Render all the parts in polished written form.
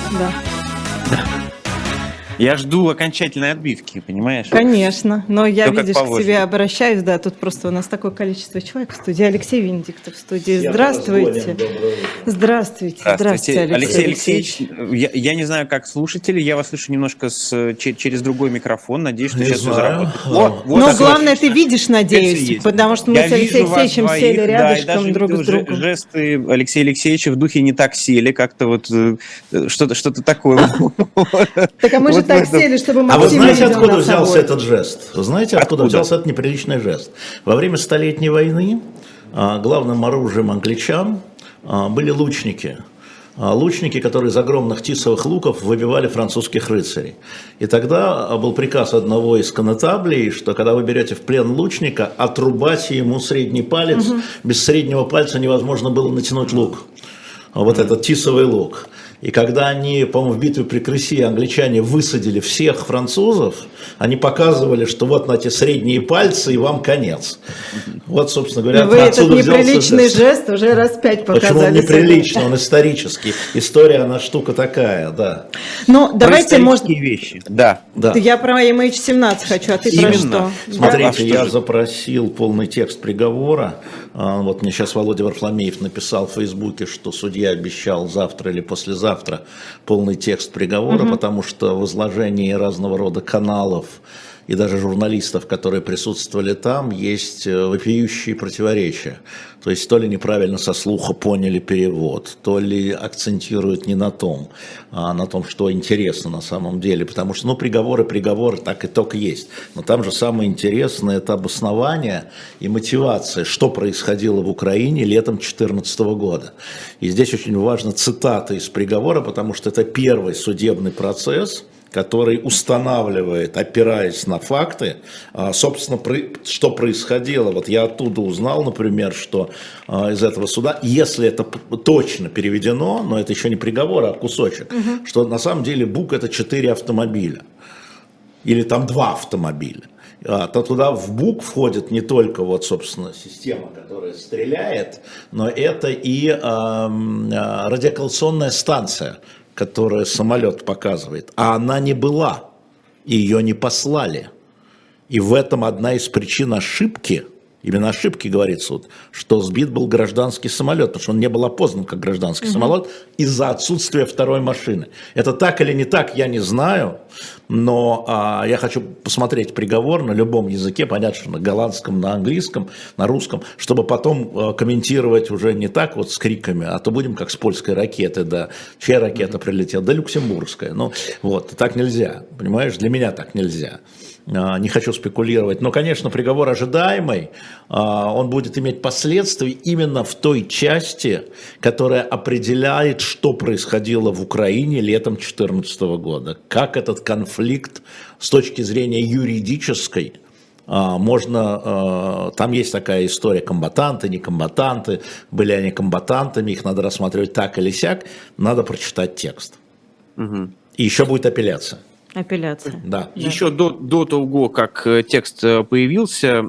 да. Я жду окончательной отбивки, понимаешь? Конечно, но я, Все как видишь, к положено. тебе обращаюсь, да, тут просто у нас такое количество человек в студии. Алексей Венедиктов в студии. Здравствуйте. Здравствуйте, Алексей Алексеевич. Я не знаю, как слушатели, я вас слышу немножко через другой микрофон, надеюсь, что сейчас все заработает. Но главное, ты видишь, надеюсь, потому что мы с Алексеем Алексеевичем сели рядышком друг с другом. Жесты Алексея Алексеевича в духе не так сели, как-то вот что-то такое. Так а мы же так сели, чтобы Максим. А вы знаете, откуда взялся этот жест? Вы знаете, откуда взялся этот неприличный жест? Во время Столетней войны главным оружием англичан были лучники. Лучники, которые из огромных тисовых луков выбивали французских рыцарей. И тогда был приказ одного из конетаблей, что когда вы берете в плен лучника, отрубайте ему средний палец. Без среднего пальца невозможно было натянуть лук. Вот этот тисовый лук. И когда они, по-моему, в битве при Креси англичане высадили всех французов, они показывали, что вот на эти средние пальцы и вам конец. Вот, собственно говоря, вы этот неприличный жест уже раз 5 показали. Почему он неприличный, он исторический. История, она штука такая, да. Ну, давайте, может... вещи. Да. Я про MH17 хочу, а ты про что? Смотрите, я запросил полный текст приговора. Вот мне сейчас Володя Варфломеев написал в Фейсбуке, что судья обещал завтра или послезавтра полный текст приговора, потому что в изложении разного рода каналов и даже журналистов, которые присутствовали там, есть вопиющие противоречия. То есть то ли неправильно со слуха поняли перевод, то ли акцентируют не на том, а на том, что интересно на самом деле. Потому что, приговоры, так и только есть. Но там же самое интересное – это обоснование и мотивация, что происходило в Украине летом 2014 года. И здесь очень важна цитата из приговора, потому что это первый судебный процесс, который устанавливает, опираясь на факты, собственно, что происходило. Вот я оттуда узнал, например, что из этого суда, если это точно переведено, но это еще не приговор, а кусочек, что на самом деле БУК – это 4 автомобиля. Или там 2 автомобиля. То туда в БУК входит не только, собственно, система, которая стреляет, но это и радиолокационная станция, которая самолет показывает, а она не была, ее не послали. И в этом одна из причин ошибки, именно ошибки, говорит суд, что сбит был гражданский самолет, потому что он не был опознан как гражданский самолет из-за отсутствия второй машины. Это так или не так, я не знаю, но я хочу посмотреть приговор на любом языке, понятно, что на голландском, на английском, на русском, чтобы потом комментировать уже не так с криками, а то будем как с польской ракеты, да, чья ракета прилетела, да люксембургская, так нельзя, понимаешь, для меня так нельзя. Не хочу спекулировать, но, конечно, приговор ожидаемый, он будет иметь последствия именно в той части, которая определяет, что происходило в Украине летом 2014 года, как этот конфликт с точки зрения юридической можно, там есть такая история, комбатанты, не комбатанты, были они комбатантами, их надо рассматривать так или сяк, надо прочитать текст. И еще будет апелляция. Апелляция. Да. Еще до того, как текст появился,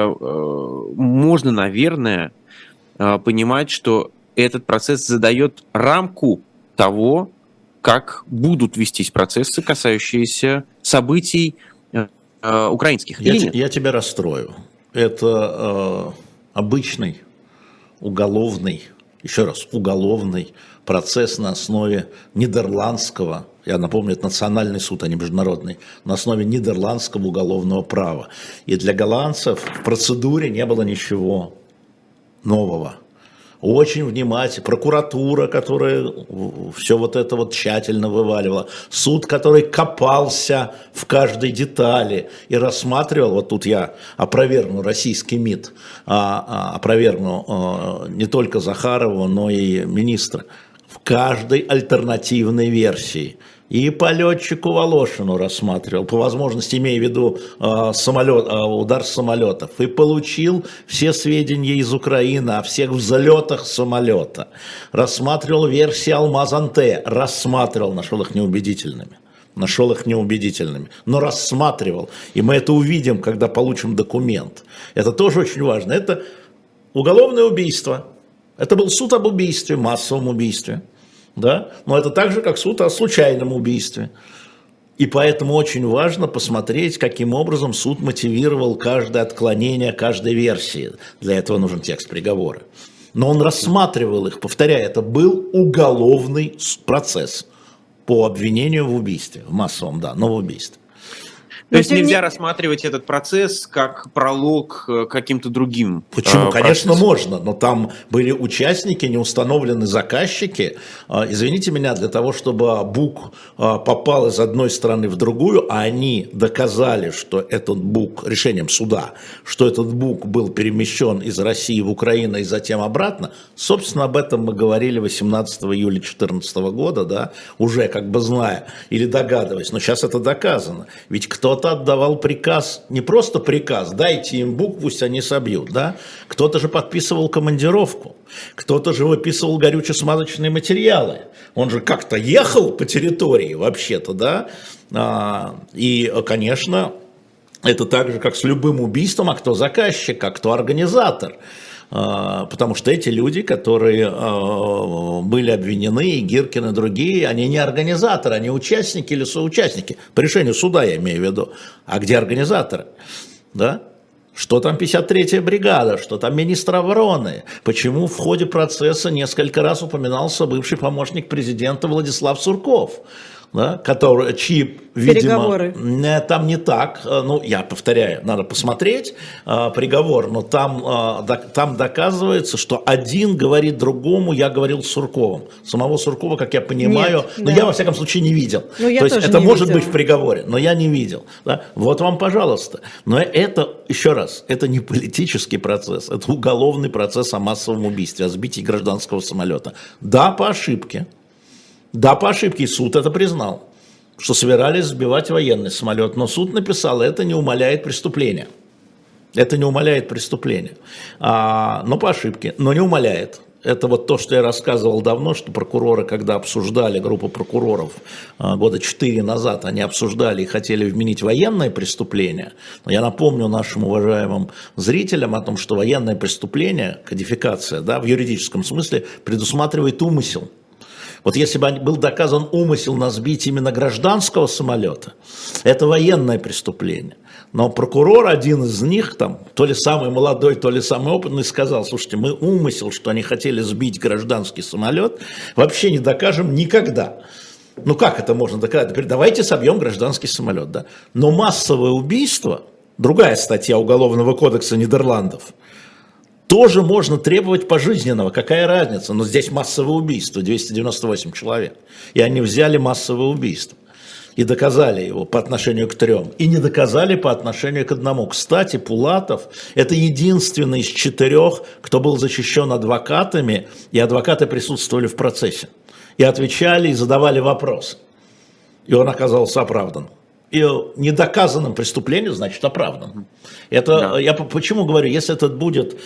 можно, наверное, понимать, что этот процесс задает рамку того, как будут вестись процессы, касающиеся событий украинских. Я тебя расстрою. Это обычный уголовный, еще раз, уголовный процесс на основе нидерландского, я напомню, это национальный суд, а не международный, на основе нидерландского уголовного права. И для голландцев в процедуре не было ничего нового. Очень внимательно, прокуратура, которая все это тщательно вываливала, суд, который копался в каждой детали и рассматривал, тут я опровергну российский МИД, опровергну не только Захарова, но и министра, в каждой альтернативной версии. И по летчику Волошину рассматривал, по возможности, имея в виду удар с самолетов, и получил все сведения из Украины о всех взлетах самолета. Рассматривал версии Алмаз-Анте, рассматривал, нашел их неубедительными, но рассматривал. И мы это увидим, когда получим документ. Это тоже очень важно. Это уголовное убийство. Это был суд об убийстве, массовом убийстве. Да? Но это так же, как суд о случайном убийстве. И поэтому очень важно посмотреть, каким образом суд мотивировал каждое отклонение каждой версии. Для этого нужен текст приговора. Но он рассматривал их, повторяю, это был уголовный процесс по обвинению в убийстве, в массовом, да, но в убийстве. То есть нельзя рассматривать этот процесс как пролог к каким-то другим Почему? Конечно, можно, но там были участники, не установлены заказчики. Извините меня, для того, чтобы БУК попал из одной страны в другую, а они доказали, что этот БУК, решением суда, что этот БУК был перемещен из России в Украину и затем обратно, собственно, об этом мы говорили 18 июля 2014 года, да, уже как бы зная или догадываясь, но сейчас это доказано. Ведь кто-то отдавал приказ, не просто приказ, дайте им БУК, пусть они собьют, да? Кто-то же подписывал командировку, кто-то же выписывал горюче-смазочные материалы. Он же как-то ехал по территории вообще-то, да? И, конечно, это так же, как с любым убийством, а кто заказчик, а кто организатор. Потому что эти люди, которые были обвинены, и Гиркин, и другие, они не организаторы, они участники или соучастники. По решению суда я имею в виду. А где организаторы? Да? Что там 53-я бригада, что там министр обороны? Почему в ходе процесса несколько раз упоминался бывший помощник президента Владислав Сурков? Да, чьи, видимо, там не так, ну, я повторяю, надо посмотреть приговор, но там доказывается, что один говорит другому, я говорил с Сурковым. Самого Суркова, как я понимаю, но я, во всяком случае, не видел. То есть это может быть в приговоре, но я не видел. Да? Вот вам, пожалуйста. Но это, еще раз, это не политический процесс, это уголовный процесс о массовом убийстве, о сбитии гражданского самолета. Да, по ошибке. Да, по ошибке, и суд это признал, что собирались сбивать военный самолет, но суд написал, это не умаляет преступление. Это не умаляет преступление, но по ошибке, но не умаляет. Это вот то, что я рассказывал давно, что прокуроры, когда обсуждали, группа прокуроров года 4 назад, они обсуждали и хотели вменить военное преступление. Но я напомню нашим уважаемым зрителям о том, что военное преступление, кодификация, да, в юридическом смысле предусматривает умысел. Вот если бы был доказан умысел на сбить именно гражданского самолета, это военное преступление. Но прокурор, один из них, там, то ли самый молодой, то ли самый опытный, сказал, слушайте, мы умысел, что они хотели сбить гражданский самолет, вообще не докажем никогда. Ну как это можно доказать? Теперь давайте собьем гражданский самолет. Да? Но массовое убийство, другая статья Уголовного кодекса Нидерландов, тоже можно требовать пожизненного, какая разница, но здесь массовое убийство, 298 человек, и они взяли массовое убийство и доказали его по отношению к 3, и не доказали по отношению к 1. Кстати, Пулатов – это единственный из 4, кто был защищен адвокатами, и адвокаты присутствовали в процессе, и отвечали, и задавали вопросы, и он оказался оправдан. И недоказанным преступлением, значит, оправдан. Это, да. Я почему говорю, если это будет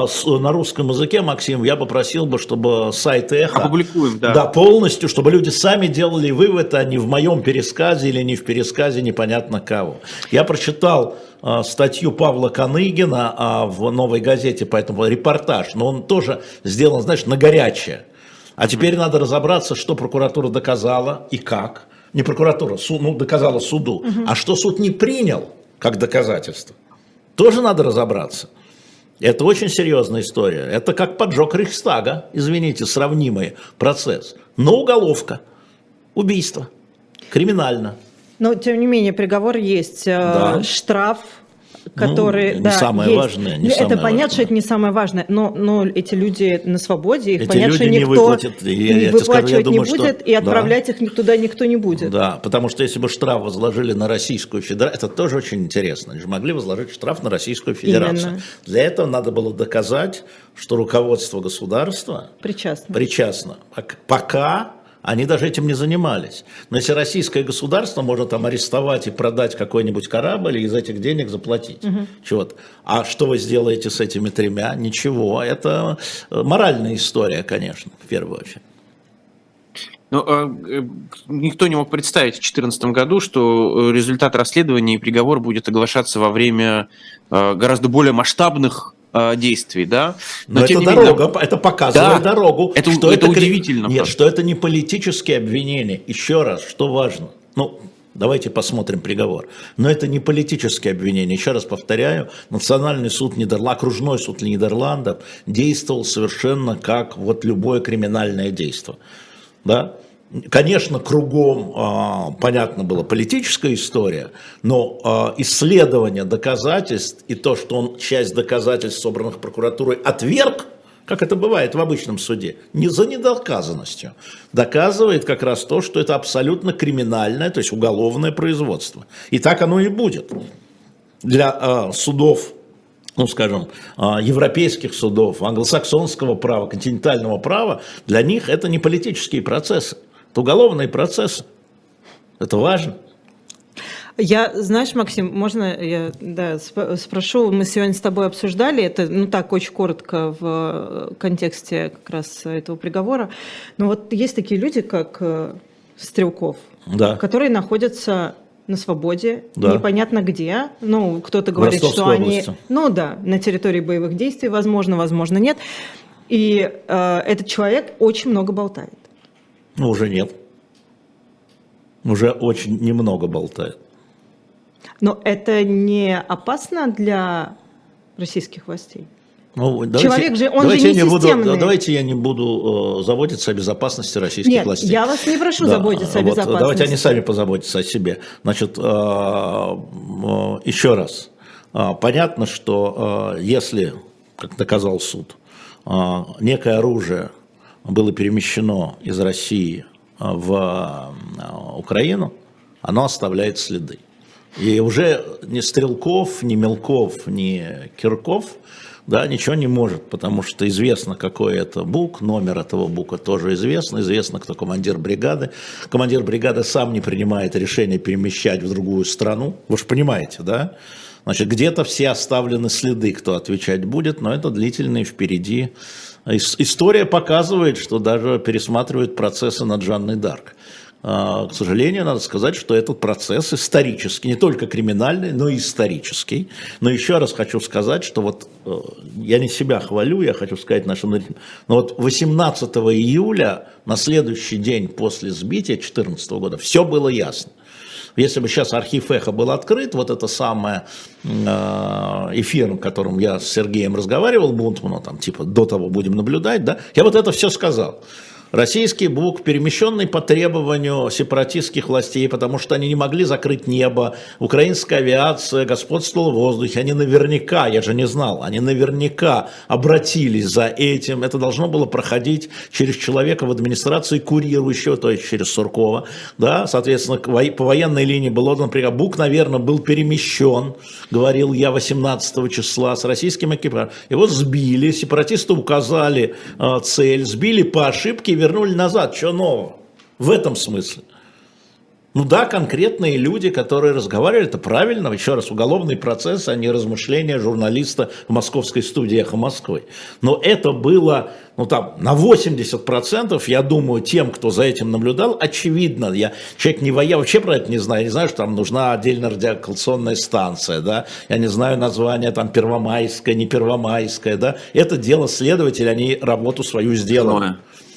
на русском языке, Максим, я попросил бы, чтобы сайт Эхо опубликуем, да. Да, полностью, чтобы люди сами делали вывод, а не в моем пересказе или не в пересказе непонятно кого. Я прочитал статью Павла Коныгина в «Новой газете», поэтому репортаж, но он тоже сделан, знаешь, на горячее. А теперь надо разобраться, что прокуратура доказала и как. Не прокуратура, доказала суду, а что суд не принял как доказательство, тоже надо разобраться. Это очень серьезная история. Это как поджог Рейхстага, извините, сравнимый процесс. Но уголовка, убийство, криминально. Но, тем не менее, приговор есть, да. Штраф, который... Не самое важное. Не это самое понятно, важное. что это не самое важное, но эти люди на свободе, их эти понятно, что никто выплачивать не будет, и отправлять их туда никто не будет. Да, потому что если бы штраф возложили на Российскую Федерацию, это тоже очень интересно, они же могли возложить штраф на Российскую Федерацию. Именно. Для этого надо было доказать, что руководство государства причастно. Пока... Они даже этим не занимались. Но если российское государство может там арестовать и продать какой-нибудь корабль и из этих денег заплатить. Чего-то. А что вы сделаете с этими 3? Ничего. Это моральная история, конечно, в первую очередь. Но никто не мог представить в 2014 году, что результат расследования и приговор будет оглашаться во время гораздо более масштабных действий, да. Но это тем не дорога, менее, это показывает дорогу. Это что удивительно. Нет, что это не политические обвинения. Еще раз, что важно. Ну, давайте посмотрим приговор. Но это не политические обвинения. Еще раз повторяю, Национальный суд Нидерландов, окружной суд Нидерландов действовал совершенно как вот любое криминальное действие. Да? Конечно, кругом, понятно, была политическая история, но исследование доказательств и то, что он часть доказательств, собранных прокуратурой, отверг, как это бывает в обычном суде, не за недоказанностью, доказывает как раз то, что это абсолютно криминальное, то есть уголовное производство. И так оно и будет. Для судов, ну, скажем, европейских судов, англосаксонского права, континентального права, для них это не политические процессы, это уголовные процессы. Это важно. Знаешь, Максим, можно я спрошу, мы сегодня с тобой обсуждали это, ну так, очень коротко в контексте как раз этого приговора, но вот есть такие люди, как Стрелков, которые находятся на свободе, непонятно где, ну, кто-то говорит, что они, на территории боевых действий, возможно, нет, и этот человек очень много болтает. Ну, уже нет. Уже очень немного болтает. Но это не опасно для российских властей? Ну, Человек же, он же не системный. Давайте я не буду заботиться о безопасности российских властей. Нет, я вас не прошу заботиться о безопасности. Давайте они сами позаботятся о себе. Значит, еще раз. Понятно, что если, как доказал суд, некое оружие было перемещено из России в Украину, оно оставляет следы. И уже ни Стрелков, ни Мелков, ни Кирков ничего не может, потому что известно, какой это БУК, номер этого БУКа тоже известно, кто командир бригады. Командир бригады сам не принимает решение перемещать в другую страну. Вы же понимаете, да? Значит, где-то все оставлены следы, кто отвечать будет, но это длительный впереди. История показывает, что даже пересматривают процессы над Жанной Дарк. К сожалению, надо сказать, что этот процесс исторический, не только криминальный, но и исторический. Но еще раз хочу сказать, что вот я не себя хвалю, я хочу сказать нашим зрителям, но вот 18 июля, на следующий день после сбития 2014 года, все было ясно. Если бы сейчас архив «Эхо» был открыт, вот это самое эфир, в котором я с Сергеем разговаривал, Бунтманом, там типа до того будем наблюдать, да, я вот это все сказал. Российский БУК, перемещенный по требованию сепаратистских властей, потому что они не могли закрыть небо, украинская авиация господствовала в воздухе, они наверняка, я же не знал, они наверняка обратились за этим, это должно было проходить через человека в администрации курирующего, то есть через Суркова, да, соответственно, по военной линии был отдан приказ, БУК, наверное, был перемещен, говорил я 18 числа с российским экипажем, его сбили, сепаратисты указали цель, сбили по ошибке, вернули назад, что нового? В этом смысле. Ну да, конкретные люди, которые разговаривали, это правильно, еще раз, уголовный процесс, а не размышления журналиста в московской студии «Эхо Москвы». Но это было, ну там, на 80%, я думаю, тем, кто за этим наблюдал, очевидно. Я вообще про это не знаю, я не знаю, что там нужна отдельная радиолокационная станция, да, я не знаю название там Первомайская, не Первомайская, да, это дело следователей, они работу свою сделали.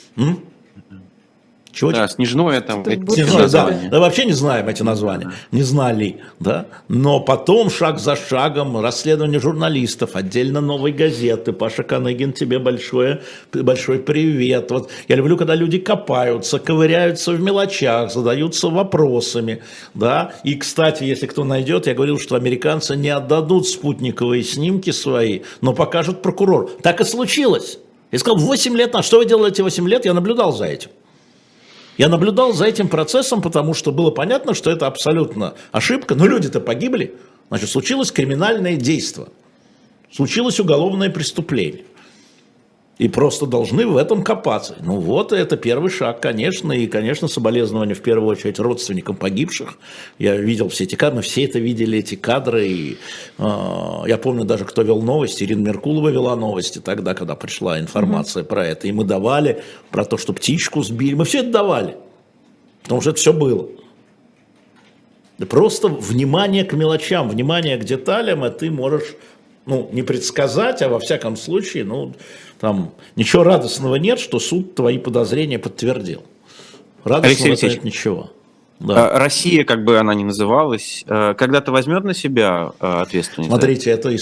Чего? Да, Снежное там. Да, вообще не знаем эти названия, не знали, да. Но потом шаг за шагом расследование журналистов, отдельно «Новой газеты». Паша Каныгин, тебе большой привет. Вот я люблю, когда люди копаются, ковыряются в мелочах, задаются вопросами, да. И, кстати, если кто найдет, я говорил, что американцы не отдадут спутниковые снимки свои, но покажут прокурор. Так и случилось. Я сказал, 8 лет, а что вы делали эти 8 лет? Я наблюдал за этим. Я наблюдал за этим процессом, потому что было понятно, что это абсолютно ошибка. Но люди-то погибли. Значит, случилось криминальное действие. Случилось уголовное преступление. И просто должны в этом копаться. Ну вот, это первый шаг, конечно. И, конечно, соболезнования в первую очередь родственникам погибших. Я видел все эти кадры, мы все это видели, эти кадры. И, я помню даже, кто вел новости. Ирина Меркулова вела новости тогда, когда пришла информация про это. И мы давали про то, что птичку сбили. Мы все это давали. Потому что это все было. Просто внимание к мелочам, внимание к деталям, и ты можешь Ну, не предсказать, а во всяком случае, ну, там ничего радостного нет, что суд твои подозрения подтвердил. Радостного нет ничего. Да. Россия, как бы она ни называлась, когда-то возьмет на себя ответственность? Смотрите, эта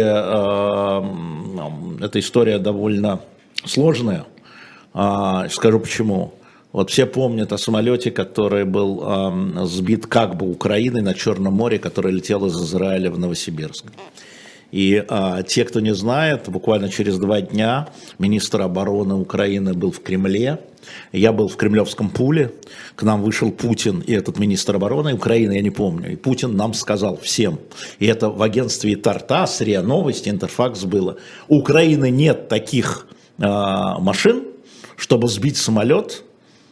история довольно сложная. Скажу почему. Вот все помнят о самолете, который был сбит как бы Украиной на Черном море, который летел из Израиля в Новосибирск. И те, кто не знает, буквально через 2 дня министр обороны Украины был в Кремле. Я был в Кремлевском пуле. К нам вышел Путин и этот министр обороны Украины, я не помню. И Путин нам сказал всем, и это в агентстве Тартас, РИА Новости, Интерфакс было, у Украины нет таких машин, чтобы сбить самолет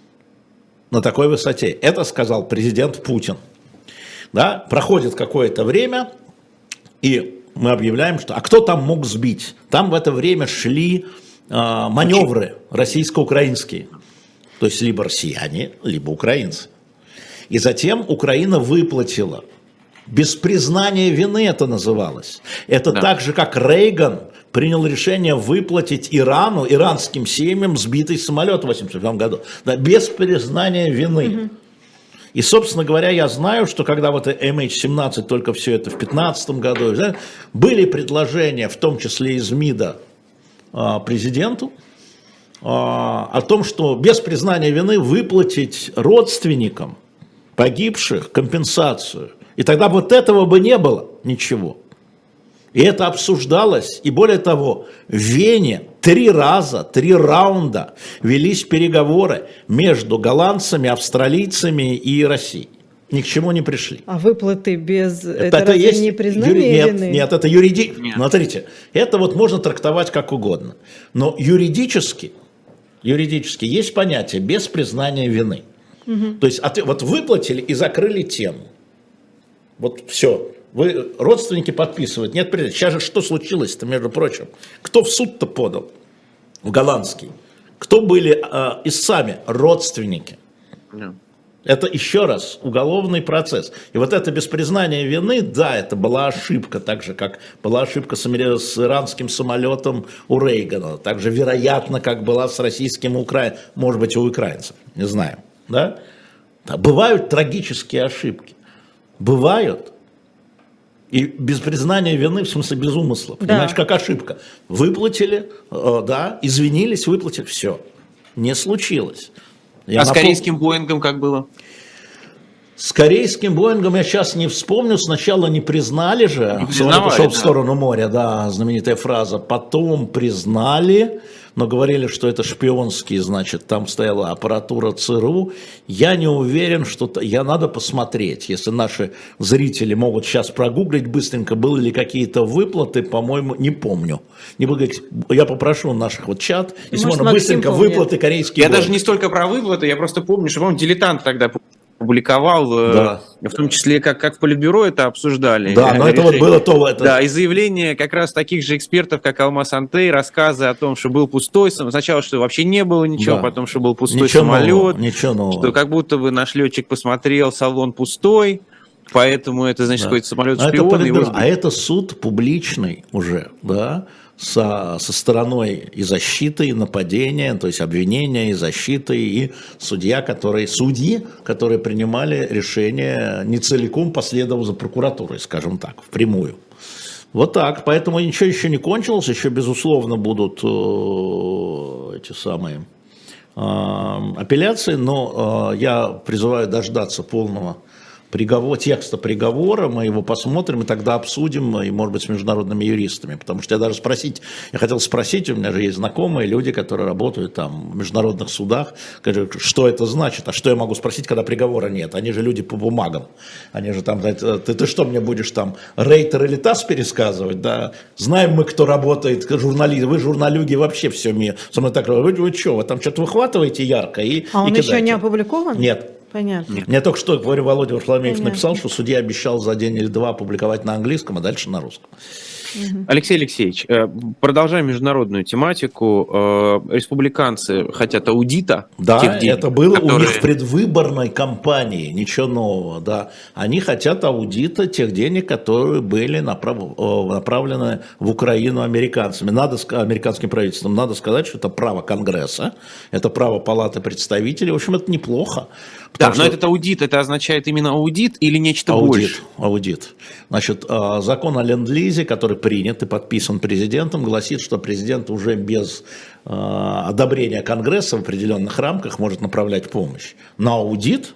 на такой высоте. Это сказал президент Путин. Да? Проходит какое-то время, и мы объявляем, что... А кто там мог сбить? Там в это время шли маневры российско-украинские. То есть либо россияне, либо украинцы. И затем Украина выплатила. Без признания вины это называлось. Это так же, как Рейган принял решение выплатить Ирану, иранским семьям, сбитый самолет в 1987 году. Да, без признания вины. И, собственно говоря, я знаю, что когда вот MH17, только все это в 2015 году, да, были предложения, в том числе из МИДа, президенту, о том, что без признания вины выплатить родственникам погибших компенсацию. И тогда вот этого бы не было ничего. И это обсуждалось, и более того, в Вене 3 раунда велись переговоры между голландцами, австралийцами и Россией. Ни к чему не пришли. А выплаты без... Это разве есть не признание вины? Нет, это юридически. Смотрите, это вот можно трактовать как угодно. Но юридически есть понятие без признания вины. То есть вот выплатили и закрыли тему. Вот все. Вы, родственники, подписывают. Нет, сейчас же что случилось-то, между прочим? Кто в суд-то подал? В голландский. Кто были истцами? Родственники. Это еще раз уголовный процесс. И вот это без признания вины, да, это была ошибка, так же, как была ошибка с иранским самолетом у Рейгана. Так же, вероятно, как была с российским, может быть, у украинцев. Не знаю. Да? Бывают трагические ошибки. Бывают. И без признания вины, в смысле без умысла. Понимаете, как ошибка. Выплатили, да, извинились, выплатили, все. Не случилось. С корейским Боингом как было? С корейским Боингом я сейчас не вспомню. Сначала не признали же. Самолет пошел в сторону моря, да, знаменитая фраза. Потом признали, но говорили, что это шпионский, значит, там стояла аппаратура ЦРУ. Я не уверен, что... Надо посмотреть, если наши зрители могут сейчас прогуглить быстренько, были ли какие-то выплаты, по-моему, не помню. Я попрошу наших вот чат, если можно быстренько выплаты корейские. Я даже не столько про выплаты, я просто помню, что, по-моему, «Дилетант» тогда публиковал, в том числе, как в Политбюро это обсуждали. Да, но это вот было то... Да, и заявления как раз таких же экспертов, как Алмаз Антей, рассказы о том, что был пустой, сначала, что вообще не было ничего, потом, что был пустой самолет, ничего нового. Что как будто бы наш летчик посмотрел, салон пустой, поэтому это, значит, какой-то самолет-шпион. А это суд публичный уже, да, со стороной и защиты, и нападения, то есть обвинения и защиты, и судьи, которые принимали решение, не целиком последовав за прокуратурой, скажем так, впрямую. Вот так, поэтому ничего еще не кончилось, еще, безусловно, будут эти самые апелляции, но я призываю дождаться полного текста приговора, мы его посмотрим и тогда обсудим, и, может быть, с международными юристами, потому что я хотел спросить, у меня же есть знакомые люди, которые работают там в международных судах, что это значит, а что я могу спросить, когда приговора нет, они же люди по бумагам, они же там, ты что мне будешь там, Рейтер или ТАСС пересказывать, да, знаем мы, кто работает, журналисты, вы журналюги вообще все мир, со мной так, вы что, вы там что-то выхватываете ярко и А он кидаете. еще не опубликован? Нет. Понятно. Я только что, говорю, Володя Варфоломеев написал, что судья обещал за день или 2 публиковать на английском, а дальше на русском. Алексей Алексеевич, продолжаем международную тематику. Республиканцы хотят аудита. Да, тех денег, это было которые... у них в предвыборной кампании, ничего нового. Да. Они хотят аудита тех денег, которые были направлены в Украину американцами. Американским правительством. Надо сказать, что это право Конгресса, это право Палаты представителей. В общем, это неплохо. Да, но этот аудит, это означает именно аудит или нечто больше? Аудит. Значит, закон о ленд-лизе, который принят и подписан президентом, гласит, что президент уже без одобрения Конгресса в определенных рамках может направлять помощь. На аудит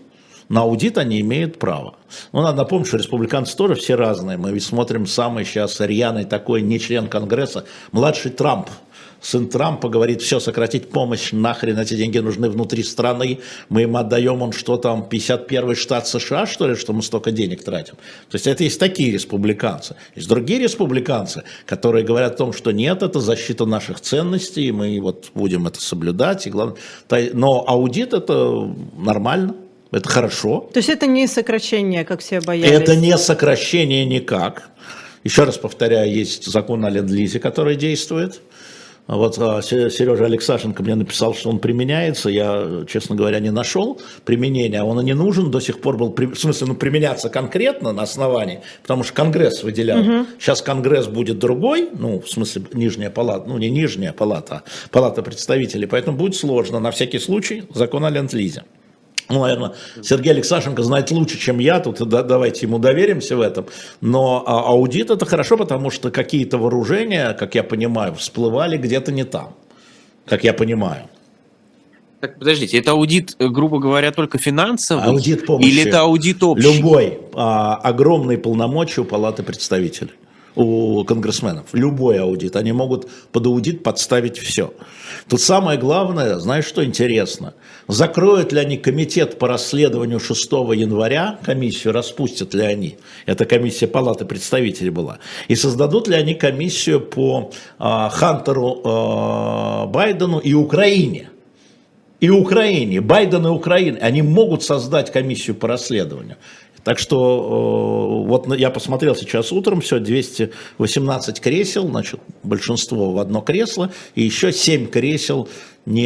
они имеют право. Но надо напомнить, что республиканцы тоже все разные. Мы ведь смотрим самый сейчас рьяный такой не член Конгресса, младший Трамп. Сын Трампа говорит, все, сократить помощь, нахрен эти деньги нужны внутри страны, мы им отдаем, он что там, 51-й штат США, что ли, что мы столько денег тратим. То есть это есть такие республиканцы. Есть другие республиканцы, которые говорят о том, что нет, это защита наших ценностей, и мы вот будем это соблюдать. И главное, но аудит это нормально, это хорошо. То есть это не сокращение, как все боялись? Это не сокращение никак. Еще раз повторяю, есть закон о ленд-лизе, который действует. Вот Сережа Алексашенко мне написал, что он применяется, я, честно говоря, не нашел применения, он и не нужен, до сих пор был, в смысле, применяться конкретно на основании, потому что Конгресс выделял, сейчас Конгресс будет другой, в смысле, нижняя палата, не нижняя палата, а палата представителей, поэтому будет сложно, на всякий случай, закон о ленд-лизе. Наверное, Сергей Алексашенко знает лучше, чем я, тут давайте ему доверимся в этом, но аудит это хорошо, потому что какие-то вооружения, как я понимаю, всплывали где-то не там, как я понимаю. Так, подождите, это аудит, грубо говоря, только финансовый? Аудит помощи. Или это аудит общий? Любой, огромные полномочия у Палаты представителей, у конгрессменов, любой аудит, они могут под аудит подставить все. Тут самое главное, знаешь, что интересно, закроют ли они комитет по расследованию 6 января, комиссию распустят ли они, эта комиссия Палаты представителей была, и создадут ли они комиссию по Хантеру Байдену и Украине. Байден и Украина, они могут создать комиссию по расследованию. Так что вот я посмотрел сейчас утром, все, 218 кресел, значит, большинство в одно кресло, и еще 7 кресел не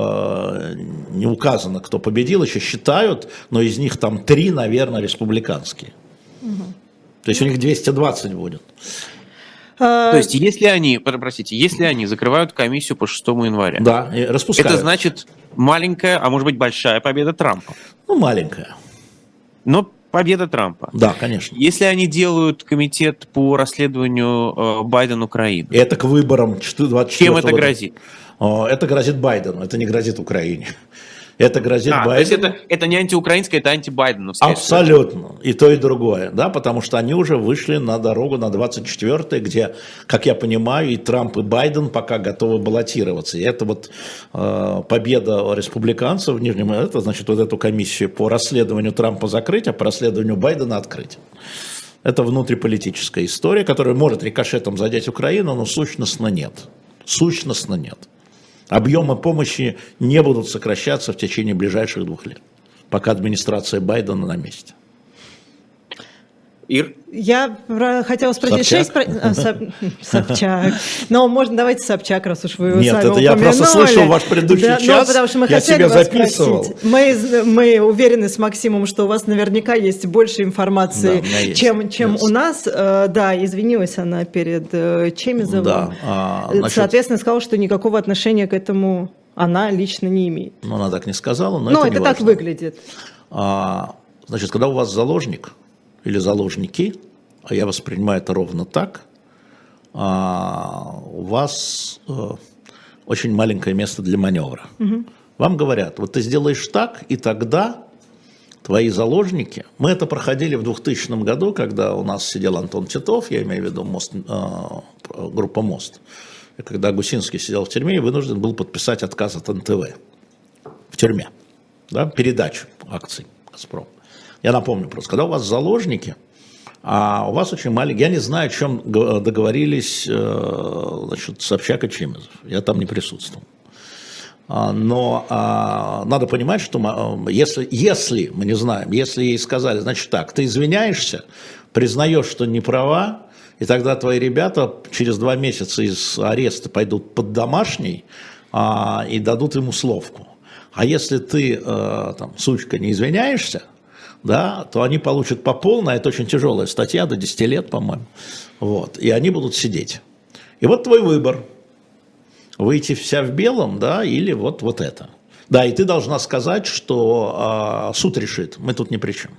указано, кто победил, еще считают, но из них там 3, наверное, республиканские. То есть у них 220 будет. То есть, если они закрывают комиссию по 6 января, да, и распускают. Это значит маленькая, а может быть большая победа Трампа? Маленькая. Но победа Трампа. Да, конечно. Если они делают комитет по расследованию Байден-Украины. Это к выборам 24 Чем это грозит? Это грозит Байдену, это не грозит Украине. Это грозит Байдену. То есть это не антиукраинское, это антибайденовское. Абсолютно. И то, и другое. Да, потому что они уже вышли на дорогу на 24-й, где, как я понимаю, и Трамп, и Байден пока готовы баллотироваться. И это вот победа республиканцев в Нижнем, это значит вот эту комиссию по расследованию Трампа закрыть, а по расследованию Байдена открыть. Это внутриполитическая история, которая может рикошетом задеть Украину, но сущностно нет. Сущностно нет. Объемы помощи не будут сокращаться в течение ближайших 2 лет, пока администрация Байдена на месте. Ир? Я хотела спросить... Собчак. Но можно давайте Собчак, раз уж вы его Нет, сами это я просто слышал ваш предыдущий час, потому что мы я себе записывал. Мы уверены с Максимом, что у вас наверняка есть больше информации, чем у нас. Да, извинилась она перед Чемизовым. Да, соответственно, сказала, что никакого отношения к этому она лично не имеет. Ну, она так не сказала, но это так выглядит. Значит, когда у вас заложник или заложники, а я воспринимаю это ровно так, у вас очень маленькое место для маневра. Вам говорят, вот ты сделаешь так, и тогда твои заложники, мы это проходили в 2000 году, когда у нас сидел Антон Титов, я имею в виду группа «Мост», и когда Гусинский сидел в тюрьме и вынужден был подписать отказ от НТВ в тюрьме, да, передачу акций «Газпром». Я напомню просто, когда у вас заложники, а у вас очень маленький, я не знаю, о чем договорились Собчак и Чемизов, я там не присутствовал. Но надо понимать, что если мы не знаем, если ей сказали, значит так, ты извиняешься, признаешь, что не права, И тогда твои ребята через 2 месяца из ареста пойдут под домашний и дадут ему условку. А если ты, там, сучка, не извиняешься, да, то они получат по полной, это очень тяжелая статья, до 10 лет, по-моему, вот, и они будут сидеть. И вот твой выбор, выйти вся в белом, да, или вот это. Да, и ты должна сказать, что суд решит, мы тут ни при чем.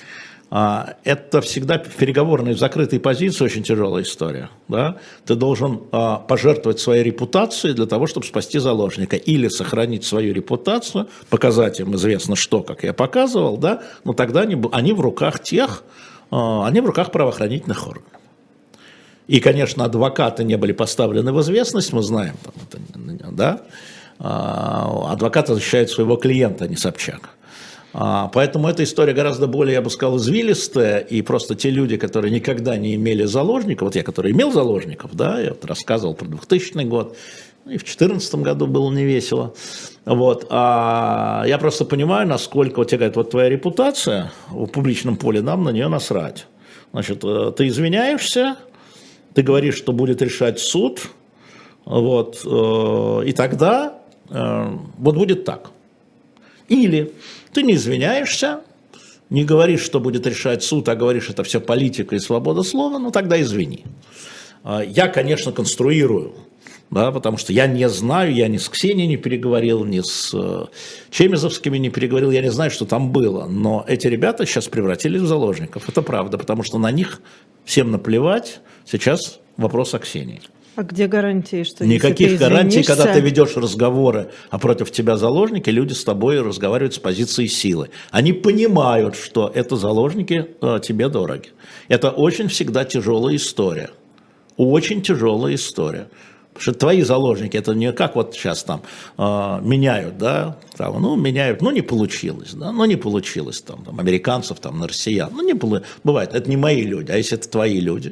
Это всегда переговорные в закрытой позиции очень тяжелая история. Да? Ты должен пожертвовать своей репутацией для того, чтобы спасти заложника. Или сохранить свою репутацию, показать им известно что, как я показывал, да? Но тогда они в руках они в руках правоохранительных органов. И, конечно, адвокаты не были поставлены в известность, мы знаем, да? Адвокаты защищают своего клиента, а не Собчак. Поэтому эта история гораздо более, я бы сказал, извилистая, и просто те люди, которые никогда не имели заложников, вот я, который имел заложников, да, я вот рассказывал про 2000 год, и в 2014 году было невесело, вот, я просто понимаю, насколько, вот тебе говорят, вот твоя репутация в публичном поле, нам на нее насрать. Значит, ты извиняешься, ты говоришь, что будет решать суд, вот, и тогда вот будет так. Или ты не извиняешься, не говоришь, что будет решать суд, а говоришь, это все политика и свобода слова, ну тогда извини. Я, конечно, конструирую, да, потому что я не знаю, я ни с Ксенией не переговорил, ни с Чемизовскими не переговорил, я не знаю, что там было, но эти ребята сейчас превратились в заложников, это правда, потому что на них всем наплевать, сейчас вопрос о Ксении. А где гарантии, что никаких гарантий, когда ты ведешь разговоры, а против тебя заложники, люди с тобой разговаривают с позиции силы. Они понимают, что это заложники тебе дороги. Это очень всегда тяжелая история. Очень тяжелая история. Потому что твои заложники, это не как вот сейчас там меняют, да, там, меняют, не получилось, да, не получилось там американцев, там, на россиян, бывает, это не мои люди, а если это твои люди,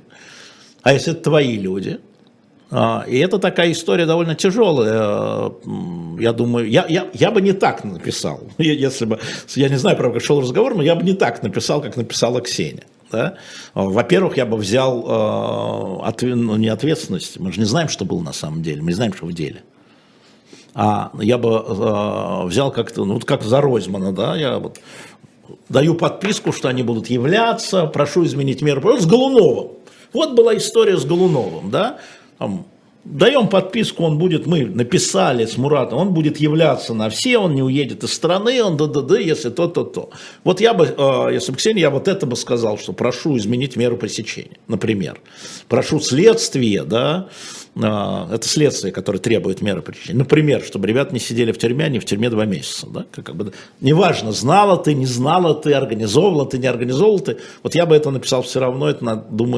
и это такая история довольно тяжелая. Я думаю, я бы не так написал, если бы, я не знаю, правда, как шел разговор, но я бы не так написал, как написала Ксения. Да? Во-первых, я бы взял не ответственность, мы же не знаем, что было на самом деле, мы не знаем, что в деле. А я бы взял как-то, как за Ройзмана, да, я вот даю подписку, что они будут являться, прошу изменить меры, с Голуновым. Вот была история с Голуновым, да. Даем подписку, мы написали с Муратом, он будет являться на все, он не уедет из страны, он если то. Вот я бы, если бы Ксения, я вот это бы сказал, что прошу изменить меру пресечения, например. Прошу следствие, да, это следствие, которое требует меры пресечения. Например, чтобы ребята не сидели в тюрьме, не в тюрьме 2 месяца, да, неважно, знала ты, не знала ты, организовывала ты, не организовывала ты, вот я бы это написал все равно, это, думаю,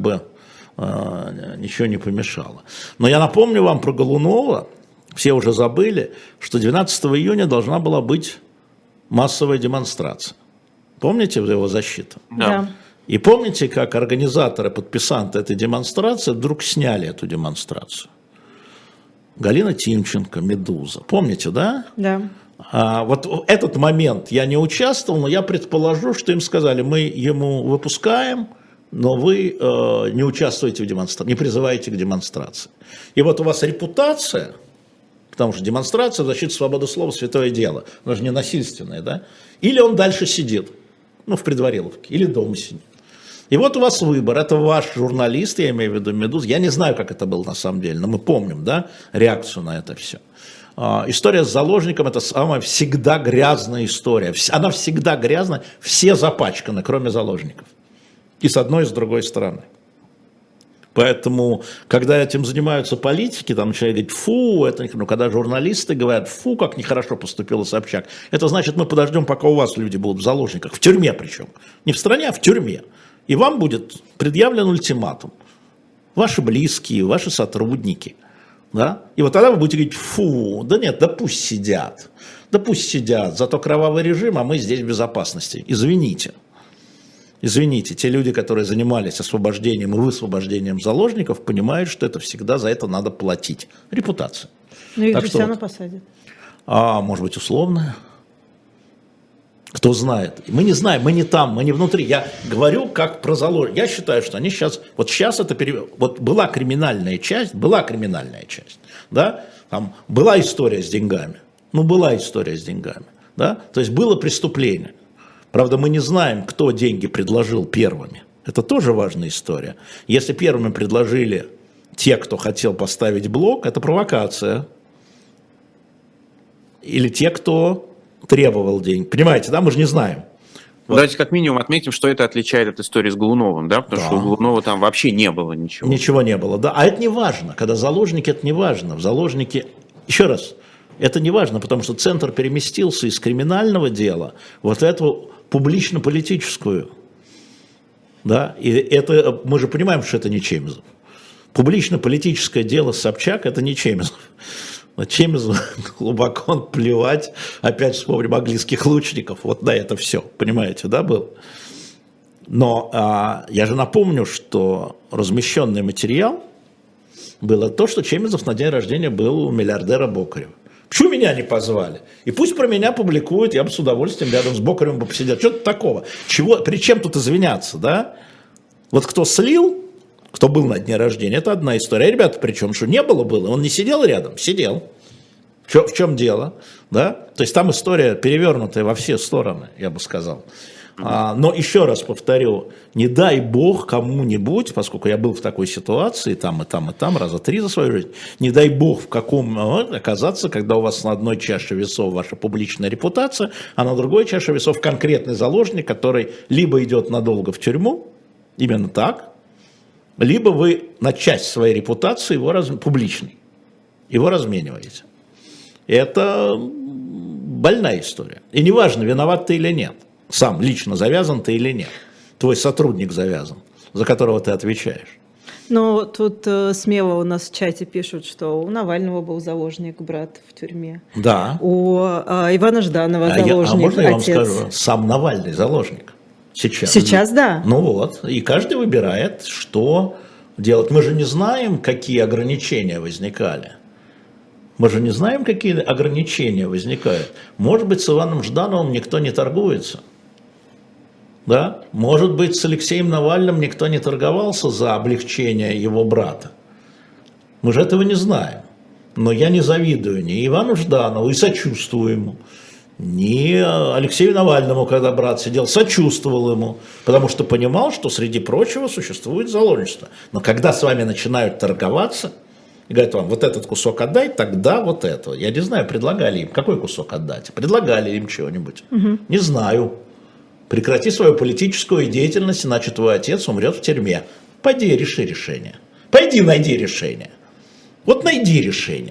ничего не помешало. Но я напомню вам про Голунова, все уже забыли, что 12 июня должна была быть массовая демонстрация. Помните его защиту? Да. И помните, как организаторы, подписанты этой демонстрации вдруг сняли эту демонстрацию? Галина Тимченко, «Медуза». Помните, да? Да. Вот этот момент я не участвовал, но я предположу, что им сказали, мы ему выпускаем, но вы не участвуете в демонстрации, не призываете к демонстрации. И вот у вас репутация, потому что демонстрация, защита свободы слова, святое дело, она же не насильственная, да? Или он дальше сидит, в предвариловке, или дома сидит. И вот у вас выбор, это ваш журналист, я имею в виду «Медуз», я не знаю, как это было на самом деле, но мы помним, да, реакцию на это все. История с заложником – это самая всегда грязная история, она всегда грязная, все запачканы, кроме заложников. И с одной, и с другой стороны. Поэтому, когда этим занимаются политики, там человек говорит, фу, это, когда журналисты говорят, фу, как нехорошо поступила Собчак, это значит, мы подождем, пока у вас люди будут в заложниках, в тюрьме причем. Не в стране, а в тюрьме. И вам будет предъявлен ультиматум. Ваши близкие, ваши сотрудники. Да? И вот тогда вы будете говорить, фу, да нет, да пусть сидят, зато кровавый режим, а мы здесь в безопасности. Извините, те люди, которые занимались освобождением и высвобождением заложников, понимают, что это всегда за это надо платить. Репутация. Ну их же все равно посадят. Может быть, условная. Кто знает? Мы не знаем, мы не там, мы не внутри. Я говорю как про заложников. Я считаю, что они сейчас... Вот сейчас это... Вот была криминальная часть, да? Там была история с деньгами. Была история с деньгами. Да? То есть было преступление. Правда, мы не знаем, кто деньги предложил первыми. Это тоже важная история. Если первыми предложили те, кто хотел поставить блок, это провокация. Или те, кто требовал денег. Понимаете, да? Мы же не знаем. Вот. Давайте как минимум отметим, что это отличает от истории с Голуновым, да? Потому что у Голунова там вообще не было ничего. Ничего не было, да. А это не важно. Когда заложники, это не важно. В заложнике... Еще раз, это не важно, потому что центр переместился из криминального дела вот в эту публично-политическую. Да? И это, мы же понимаем, что это не Чемизов. Публично-политическое дело Собчак – это не Чемизов. Чемизу глубоко плевать, опять вспомним английских лучников, вот на это все, понимаете, да, был. Но я же напомню, что размещенный материал было то, что Чемизов на день рождения был у миллиардера Бокарева. Почему меня не позвали? И пусть про меня публикуют, я бы с удовольствием рядом с Бокаревым бы посидел. Что-то такого. При чем тут извиняться, да? Вот кто слил, кто был на дне рождения, это одна история. Ребята, причем, что не было, он не сидел рядом, сидел. В чем дело? Да? То есть там история перевернутая во все стороны, я бы сказал. Но еще раз повторю, не дай бог кому-нибудь, поскольку я был в такой ситуации, там, раза 3 за свою жизнь, не дай бог в каком оказаться, когда у вас на одной чаше весов ваша публичная репутация, а на другой чаше весов конкретный заложник, который либо идет надолго в тюрьму, именно так, либо вы на часть своей репутации публичной, его размениваете. Это больная история. И неважно, виноват ты или нет. Сам лично завязан ты или нет. Твой сотрудник завязан, за которого ты отвечаешь. Ну, тут смело у нас в чате пишут, что у Навального был заложник, брат в тюрьме. Да. У Ивана Жданова заложник, можно я вам отец. скажу? Сам Навальный заложник. Сейчас, да. Ну вот, и каждый выбирает, что делать. Мы же не знаем, какие ограничения возникали. Может быть, с Иваном Ждановым никто не торгуется. Да? Может быть, с Алексеем Навальным никто не торговался за облегчение его брата. Мы же этого не знаем. Но я не завидую ни Ивану Жданову и сочувствую ему, ни Алексею Навальному, когда брат сидел, сочувствовал ему, потому что понимал, что среди прочего существует заложничество. Но когда с вами начинают торговаться и говорят вам, вот этот кусок отдай, тогда вот это. Я не знаю, предлагали им, какой кусок отдать? Предлагали им чего-нибудь? Не знаю. Прекрати свою политическую деятельность, иначе твой отец умрет в тюрьме. Пойди реши решение. Пойди найди решение. Вот найди решение.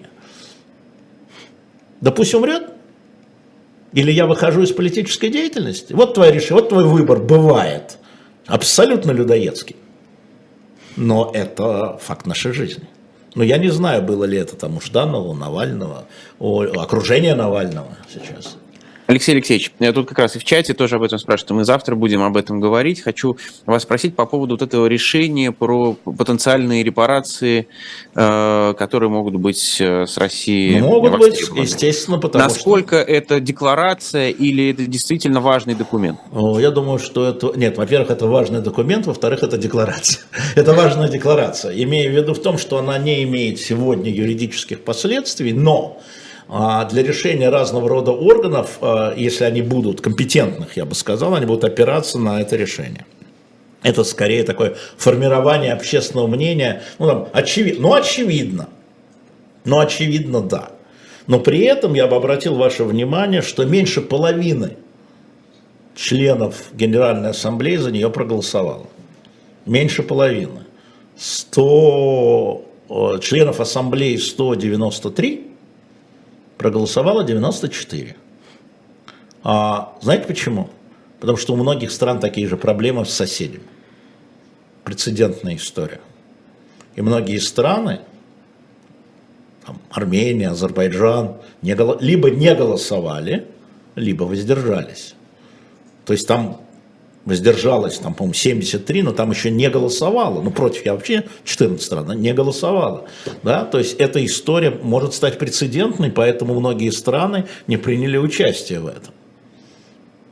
Да пусть умрет. Или я выхожу из политической деятельности. Вот твое решение, вот твой выбор бывает. Абсолютно людоедский. Но это факт нашей жизни. Но я не знаю, было ли это там у Жданова, у Навального, у окружения Навального сейчас. Алексей Алексеевич, тут как раз и в чате тоже об этом спрашивают, мы завтра будем об этом говорить. Хочу вас спросить по поводу вот этого решения про потенциальные репарации, которые могут быть с Россией. Могут быть, естественно, потому насколько это декларация или это действительно важный документ? Я думаю, что это... Нет, во-первых, это важный документ, во-вторых, это декларация. Это важная декларация, имея в виду в том, что она не имеет сегодня юридических последствий, но... Для решения разного рода органов, если они будут компетентных, я бы сказал, они будут опираться на это решение. Это скорее такое формирование общественного мнения, очевидно, да. Но при этом я бы обратил ваше внимание, что меньше половины членов Генеральной Ассамблеи за нее проголосовало. Меньше половины. 100 членов Ассамблеи 193, проголосовало 94. Знаете почему? Потому что у многих стран такие же проблемы с соседями. Прецедентная история. И многие страны, Армения, Азербайджан, либо не голосовали, либо воздержались. То есть там воздержалось, по-моему, 73, но там еще не голосовало. Против я вообще 14 стран не голосовала. Да? То есть эта история может стать прецедентной, поэтому многие страны не приняли участие в этом.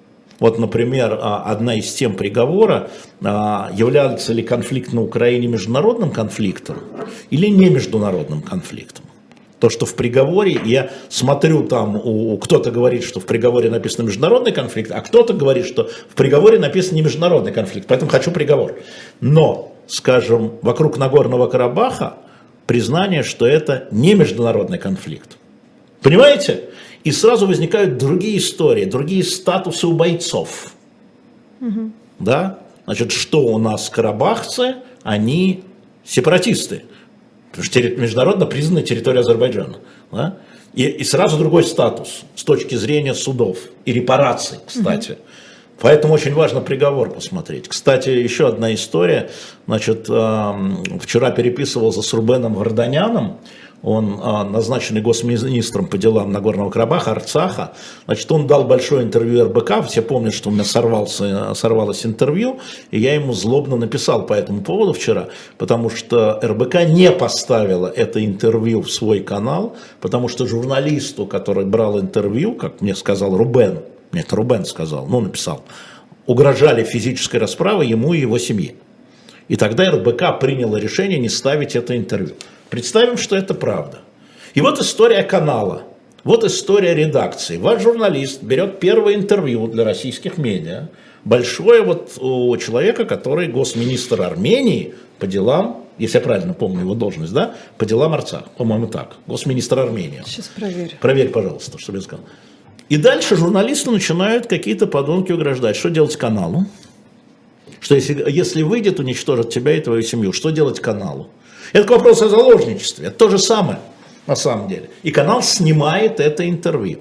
Вот, например, одна из тем приговора, является ли конфликт на Украине международным конфликтом или не международным конфликтом. То, что в приговоре, я смотрю там, кто-то говорит, что в приговоре написано международный конфликт, а кто-то говорит, что в приговоре написано не международный конфликт, поэтому хочу приговор. Но, скажем, вокруг Нагорного Карабаха признание, что это не международный конфликт. Понимаете? И сразу возникают другие истории, другие статусы у бойцов. Угу. Да? Значит, что у нас карабахцы, они сепаратисты. Потому что международно признанная территория Азербайджана. Да? И сразу другой статус с точки зрения судов и репараций, кстати. Поэтому очень важно приговор посмотреть. Кстати, еще одна история. Значит, вчера переписывался с Рубеном Варданяном. Он назначенный госминистром по делам Нагорного Карабаха, Арцаха. Значит, он дал большое интервью РБК. Все помнят, что у меня сорвалось интервью. И я ему злобно написал по этому поводу вчера. Потому что РБК не поставила это интервью в свой канал. Потому что журналисту, который брал интервью, как мне сказал Рубен, это Рубен сказал, написал, угрожали физической расправой ему и его семье. И тогда РБК приняло решение не ставить это интервью. Представим, что это правда. И вот история канала, вот история редакции. Ваш журналист берет первое интервью для российских медиа, большое вот у человека, который госминистр Армении по делам, если я правильно помню его должность, да, по делам Арцаха, по-моему так, госминистр Армении. Сейчас проверю. Проверь, пожалуйста, чтобы я сказал. И дальше журналисты начинают какие-то подонки угрожать. Что делать каналу? Что если выйдет, уничтожит тебя и твою семью, что делать каналу? Это вопрос о заложничестве, это то же самое на самом деле. И канал снимает это интервью.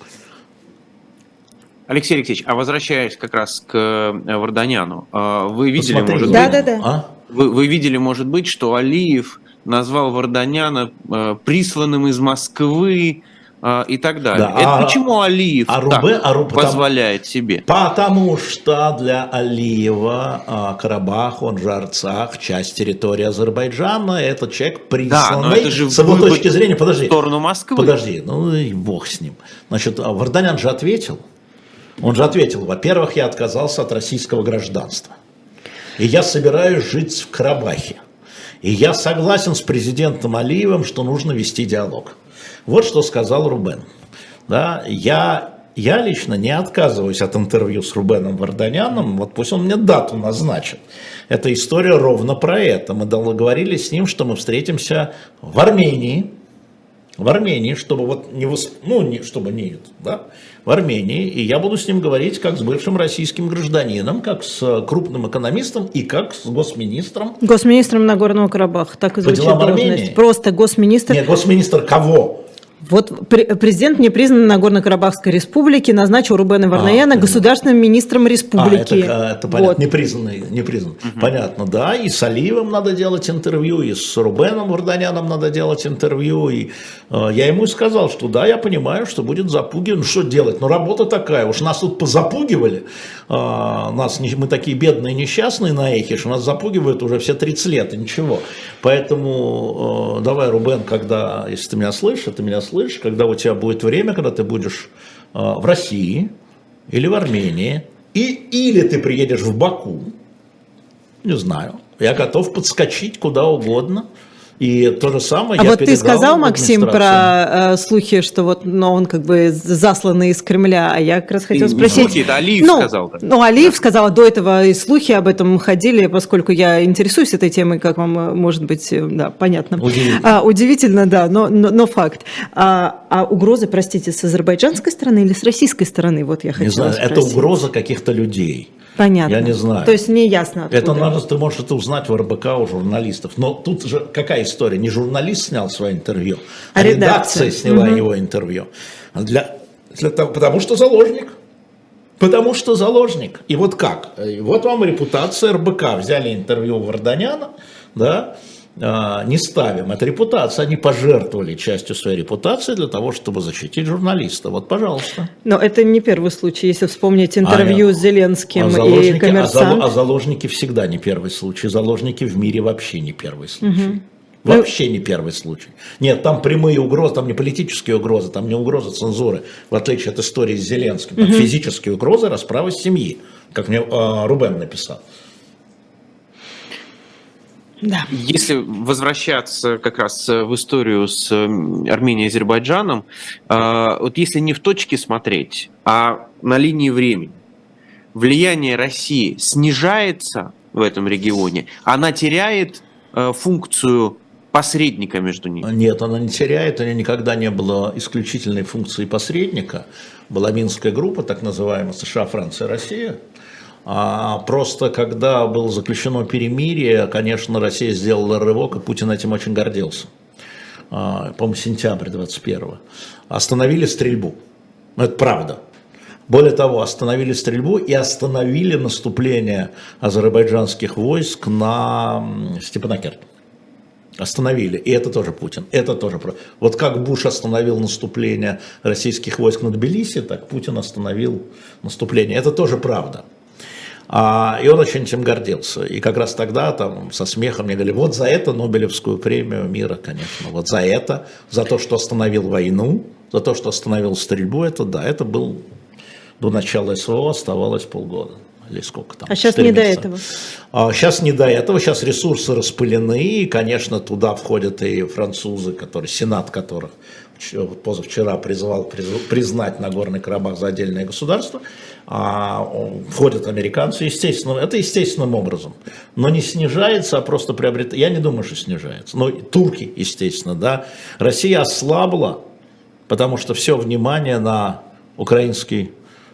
Алексей Алексеевич, а возвращаясь как раз к Варданяну, вы видели, Посмотри, может быть, вы видели, может быть, что Алиев назвал Варданяна присланным из Москвы и так далее. Да, это почему Алиев позволяет себе? Потому что для Алиева Карабах, он же Арцах, часть территории Азербайджана, этот человек присланный, это же с его точки зрения, подожди, в сторону Москвы. Подожди, и бог с ним. Значит, Варданян же ответил. Он же ответил, во-первых, я отказался от российского гражданства. И я собираюсь жить в Карабахе. И я согласен с президентом Алиевым, что нужно вести диалог. Вот что сказал Рубен. Да, я лично не отказываюсь от интервью с Рубеном Варданяном, вот пусть он мне дату назначит. Эта история ровно про это. Мы договорились с ним, что мы встретимся в Армении, чтобы вот в Армении, и я буду с ним говорить как с бывшим российским гражданином, как с крупным экономистом и как с госминистром. Госсминистром Нагорного Карабаха, так и звучит должность. Армении? Просто госсминистр. Нет, госсминистр кого? Вот президент непризнанной Нагорно-Карабахской республики назначил Рубена Варданяна государственным министром республики. Это понятно, вот. Непризнанный. Понятно, да, и с Алиевым надо делать интервью, и с Рубеном Варданяном надо делать интервью, и я ему сказал, что да, я понимаю, что будет запугивать, что делать, работа такая, уж нас тут позапугивали, мы такие бедные, несчастные на эхе, что нас запугивают уже все 30 лет, и ничего, поэтому давай, Рубен, если ты меня слышишь, когда у тебя будет время, когда ты будешь в России или в Армении, или ты приедешь в Баку, не знаю, я готов подскочить куда угодно. И то же самое я передал. А вот ты сказал, Максим, про слухи, что он как бы засланный из Кремля, а я как раз хотела спросить. Слухи, это Алиев сказал. Алиев сказал, до этого и слухи об этом ходили, поскольку я интересуюсь этой темой, как вам может быть, да, понятно. Удивительно, да, но факт. А угрозы, простите, с азербайджанской стороны или с российской стороны? Вот я хотела спросить. Это угроза каких-то людей. Понятно. Я не знаю. То есть не ясно откуда. Ты можешь это узнать в РБК у журналистов. Но тут же какая история? Не журналист снял свое интервью, а редакция сняла его интервью. Потому что заложник. И вот как? И вот вам репутация РБК. Взяли интервью у Варданяна, да, не ставим. Это репутация. Они пожертвовали частью своей репутации для того, чтобы защитить журналиста. Вот, пожалуйста. Но это не первый случай, если вспомнить интервью с Зеленским и «Коммерсант». А заложники всегда не первый случай. Заложники в мире вообще не первый случай. Вообще не первый случай. Нет, там прямые угрозы, там не политические угрозы, там не угроза цензуры, в отличие от истории с Зеленским. Там физические угрозы, расправа семьи, как мне Рубен написал. Да. Если возвращаться как раз в историю с Арменией и Азербайджаном, вот если не в точке смотреть, а на линии времени, влияние России снижается в этом регионе, она теряет функцию посредника между ними? Нет, она не теряет, у нее никогда не было исключительной функции посредника. Была Минская группа, так называемая, США, Франция, Россия. А просто когда было заключено перемирие, конечно, Россия сделала рывок, и Путин этим очень гордился. По-моему, сентябрь 21-го. Остановили стрельбу. Это правда. Более того, остановили стрельбу и остановили наступление азербайджанских войск на Степанакерт. Остановили. И это тоже Путин. Это тоже правда. Вот как Буш остановил наступление российских войск на Тбилиси, так Путин остановил наступление. Это тоже правда. И он очень этим гордился. И как раз тогда там со смехом мне говорили, вот за это Нобелевскую премию мира, конечно. Вот за это, за то, что остановил войну, за то, что остановил стрельбу, это да, это был до начала СВО, оставалось полгода. Или сколько там? А сейчас не до этого. Сейчас не до этого, сейчас ресурсы распылены, и, конечно, туда входят и французы, сенат которых позавчера призывал признать Нагорный Карабах за отдельное государство, входят американцы, естественно, это естественным образом, но не снижается, а просто приобретает, я не думаю, что снижается, но турки, естественно, да, Россия ослабла, потому что все внимание на украинские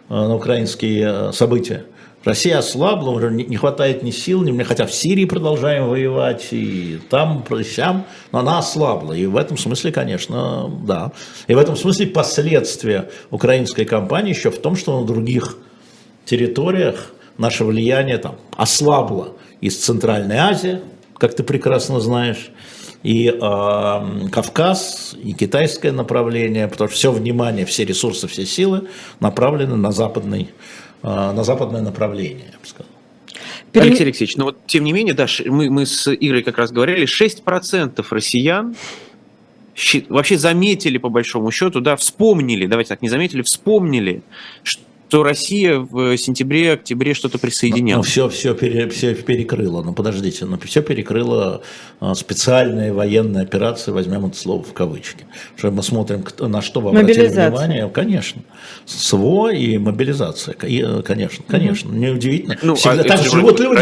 события. Россия ослабла, уже не хватает ни сил, ни, хотя в Сирии продолжаем воевать, и там, и сям, но она ослабла. И в этом смысле, конечно, да. И в этом смысле последствия украинской кампании еще в том, что на других территориях наше влияние там ослабло. Из Центральной Азии, как ты прекрасно знаешь, и Кавказ, и китайское направление, потому что все внимание, все ресурсы, все силы направлены на западное направление, я бы сказал. Алексей Алексеевич, но вот тем не менее, да, мы с Игорем как раз говорили, 6% россиян вообще заметили, по большому счету, да, вспомнили, давайте так, не заметили, вспомнили, что Россия в сентябре-октябре что-то присоединяла. Все перекрыло, подождите, все перекрыло специальные военные операции, возьмем это слово в кавычки. Что мы смотрим, на что вы обратили внимание, конечно, СВО и мобилизация, конечно, неудивительно. Так живут люди,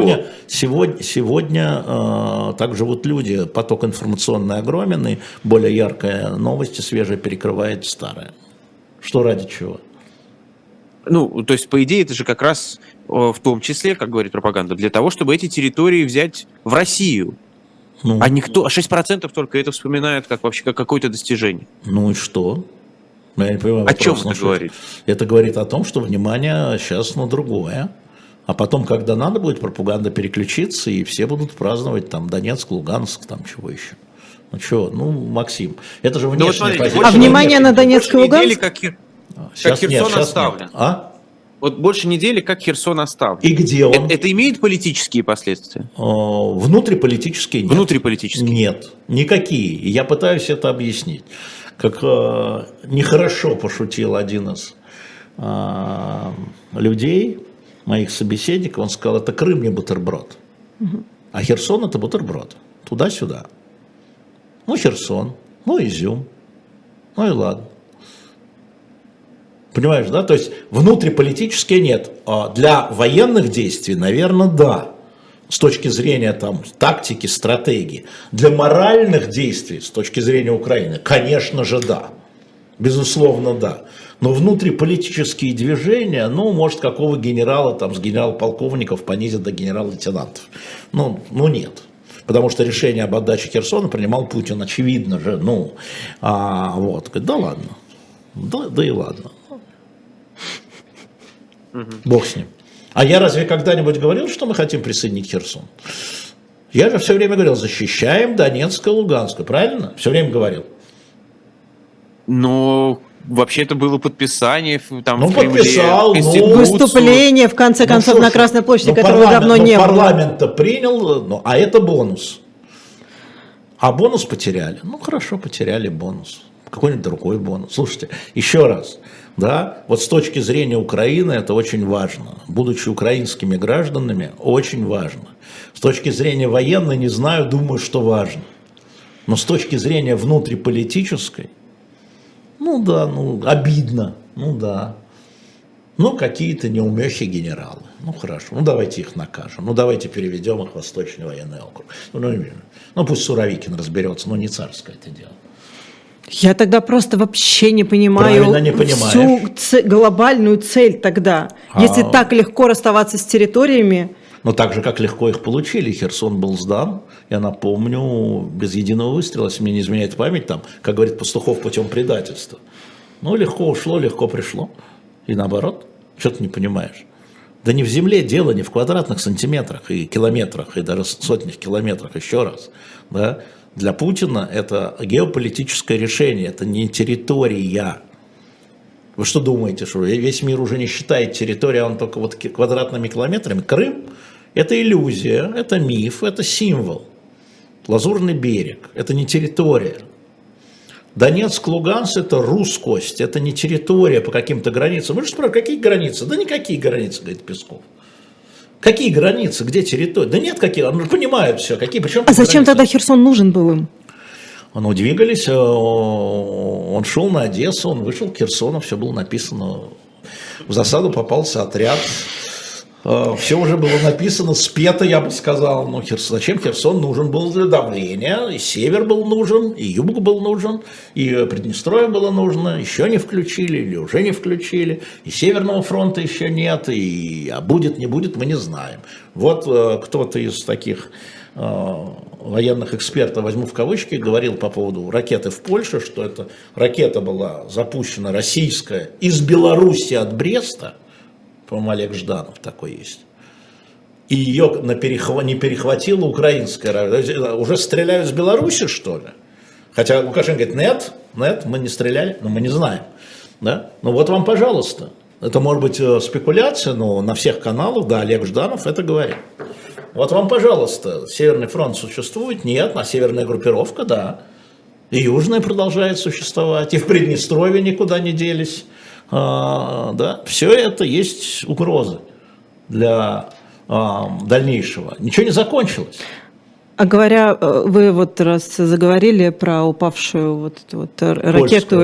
сегодня так живут люди, поток информационный огромен, более яркая новость, свежая перекрывает старое. Что ради чего? То есть, по идее, это же как раз в том числе, как говорит пропаганда, для того, чтобы эти территории взять в Россию. А 6% только это вспоминают как вообще как какое-то достижение. Ну и что? Я не понимаю, о чем это говорит? Это говорит о том, что внимание сейчас на другое. А потом, когда надо будет, пропаганда переключится, и все будут праздновать там Донецк, Луганск, там чего еще. Максим, это же внешняя позиция. А внимание на Донецк и Луганск? Как Херсон оставлен. Вот больше недели, как Херсон оставлен. И где он? Это имеет политические последствия? Внутриполитические нет. Внутриполитические? Нет, никакие. И я пытаюсь это объяснить. Как нехорошо пошутил один из людей, моих собеседников, он сказал, это Крым не бутерброд. А Херсон это бутерброд. Туда-сюда. Херсон, Изюм. И ладно. Понимаешь, да? То есть внутриполитические нет. Для военных действий, наверное, да. С точки зрения тактики, стратегии. Для моральных действий, с точки зрения Украины, конечно же, да. Безусловно, да. Но внутриполитические движения, может, какого генерала, с генерал-полковников понизят до генерал-лейтенантов. Нет. Потому что решение об отдаче Херсона принимал Путин, очевидно же. Да ладно. Да и ладно. Бог с ним. А я разве когда-нибудь говорил, что мы хотим присоединить Херсон? Я же все время говорил, защищаем Донецк и Луганск, правильно? Все время говорил. Вообще это было подписание в подписал, выступление, в конце концов, на Красной площади, которого давно не было. Парламент-то принял, а это бонус. А бонус потеряли. Ну хорошо, потеряли бонус. Какой-нибудь другой бонус. Слушайте, еще раз, да, вот с точки зрения Украины это очень важно. Будучи украинскими гражданами, очень важно. С точки зрения военной, не знаю, думаю, что важно. Но с точки зрения внутриполитической, ну да, ну обидно, ну да. Ну, какие-то неумехи генералы. Ну, хорошо, ну, давайте их накажем. Ну, давайте переведем их в Восточный военный округ. Ну, пусть Суровикин разберется, но не царское это дело. Я тогда просто вообще не понимаю всю глобальную цель тогда. Если так легко расставаться с территориями. Но так же, как легко их получили. Херсон был сдан, я напомню, без единого выстрела, если мне не изменяет память, там, как говорит Пастухов, путем предательства. Ну, легко ушло, легко пришло. И наоборот, что ты не понимаешь? Да не в земле дело, не в квадратных сантиметрах и километрах, и даже сотнях километрах, еще раз. Да? Для Путина это геополитическое решение, это не территория. Вы что думаете, что весь мир уже не считает территорией, а он только вот квадратными километрами? Крым – это иллюзия, это миф, это символ. Лазурный берег – это не территория. Донецк, Луганск – это русскость, это не территория по каким-то границам. Вы же спрашиваете, какие границы? Да никакие границы, говорит Песков. Какие границы, где территория? Да нет, какие, он понимает все. Какие, причем а зачем тогда Херсон нужен был им? Ну, двигались, он шел на Одессу, он вышел к Херсону, все было написано. В засаду попался отряд. Все уже было написано, спето, я бы сказал. Но зачем Херсон нужен был для давления? И север был нужен, и юг был нужен, и Приднестровье было нужно. Еще не включили или уже не включили. И Северного фронта еще нет. А будет, не будет, мы не знаем. Вот кто-то из таких военных экспертов, возьму в кавычки, говорил по поводу ракеты в Польше, что эта ракета была запущена российская из Беларуси от Бреста. По-моему, Олег Жданов такой есть. И ее не перехватила украинская. Уже стреляют с Беларуси, что ли? Хотя Лукашенко говорит, нет, мы не стреляли, но мы не знаем. Да? Ну вот вам, пожалуйста. Это может быть спекуляция, но на всех каналах, да, Олег Жданов это говорит. Вот вам, пожалуйста, Северный фронт существует? Нет, а северная группировка, да. И южная продолжает существовать, и в Приднестровье никуда не делись. Да, все это есть угрозы для дальнейшего. Ничего не закончилось. А говоря, вы вот раз заговорили про упавшую вот эту вот ракету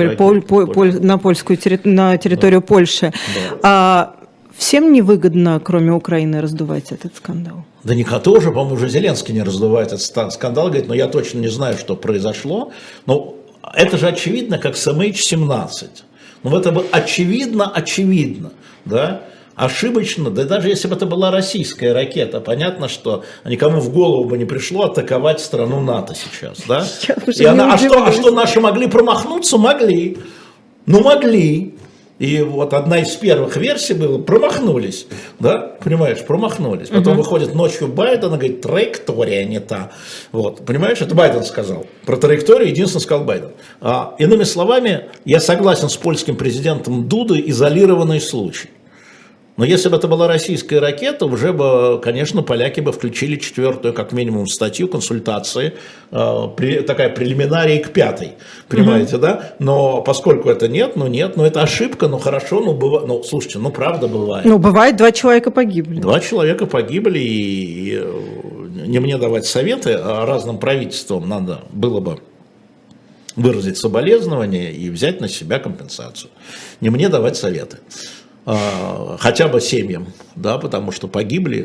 на территорию Польши. Да. Всем невыгодно, кроме Украины, раздувать этот скандал? Да никто уже, по-моему, уже Зеленский не раздувает этот скандал. Говорит, но я точно не знаю, что произошло. Но это же очевидно, как с MH17. Ну, это было очевидно, да, ошибочно, да даже если бы это была российская ракета, понятно, что никому в голову бы не пришло атаковать страну НАТО сейчас, да. Что наши могли промахнуться? Могли. Ну, могли. И вот одна из первых версий была, промахнулись, да, понимаешь, промахнулись. Потом выходит ночью Байден и говорит, траектория не та. Вот, понимаешь, это Байден сказал. Про траекторию единственно сказал Байден. Иными словами, я согласен с польским президентом Дудой, изолированный случай. Но если бы это была российская ракета, уже бы, конечно, поляки бы включили 4-ю, как минимум, статью консультации, такая прелиминария к 5-й, понимаете, да? Но поскольку это нет, но это ошибка, но хорошо, слушайте, правда бывает. Бывает, 2 человека погибли. 2 человека погибли, и не мне давать советы, а разным правительствам надо было бы выразить соболезнования и взять на себя компенсацию. Не мне давать советы. Хотя бы семьям, да, потому что погибли.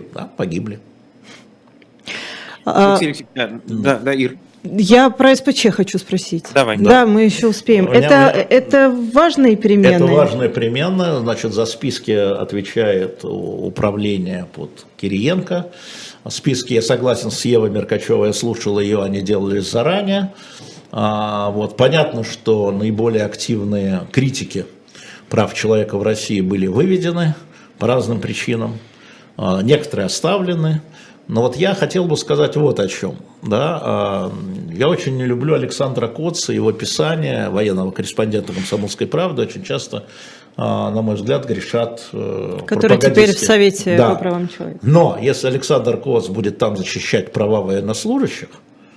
Да, Ир. Я про СПЧ хочу спросить. Давай. Да, мы еще успеем. Это важные перемены? Это важная перемена. Значит, за списки отвечает управление под Кириенко. Списки, я согласен с Евой Меркачевой, я слушал ее, они делались заранее. Вот, понятно, что наиболее активные критики прав человека в России были выведены по разным причинам, некоторые оставлены. Но вот я хотел бы сказать вот о чем. Да? Я очень не люблю Александра Коца, его писания, военного корреспондента «Комсомольской правды», очень часто, на мой взгляд, грешат который теперь в Совете по правам человека. Но если Александр Коц будет там защищать права военнослужащих,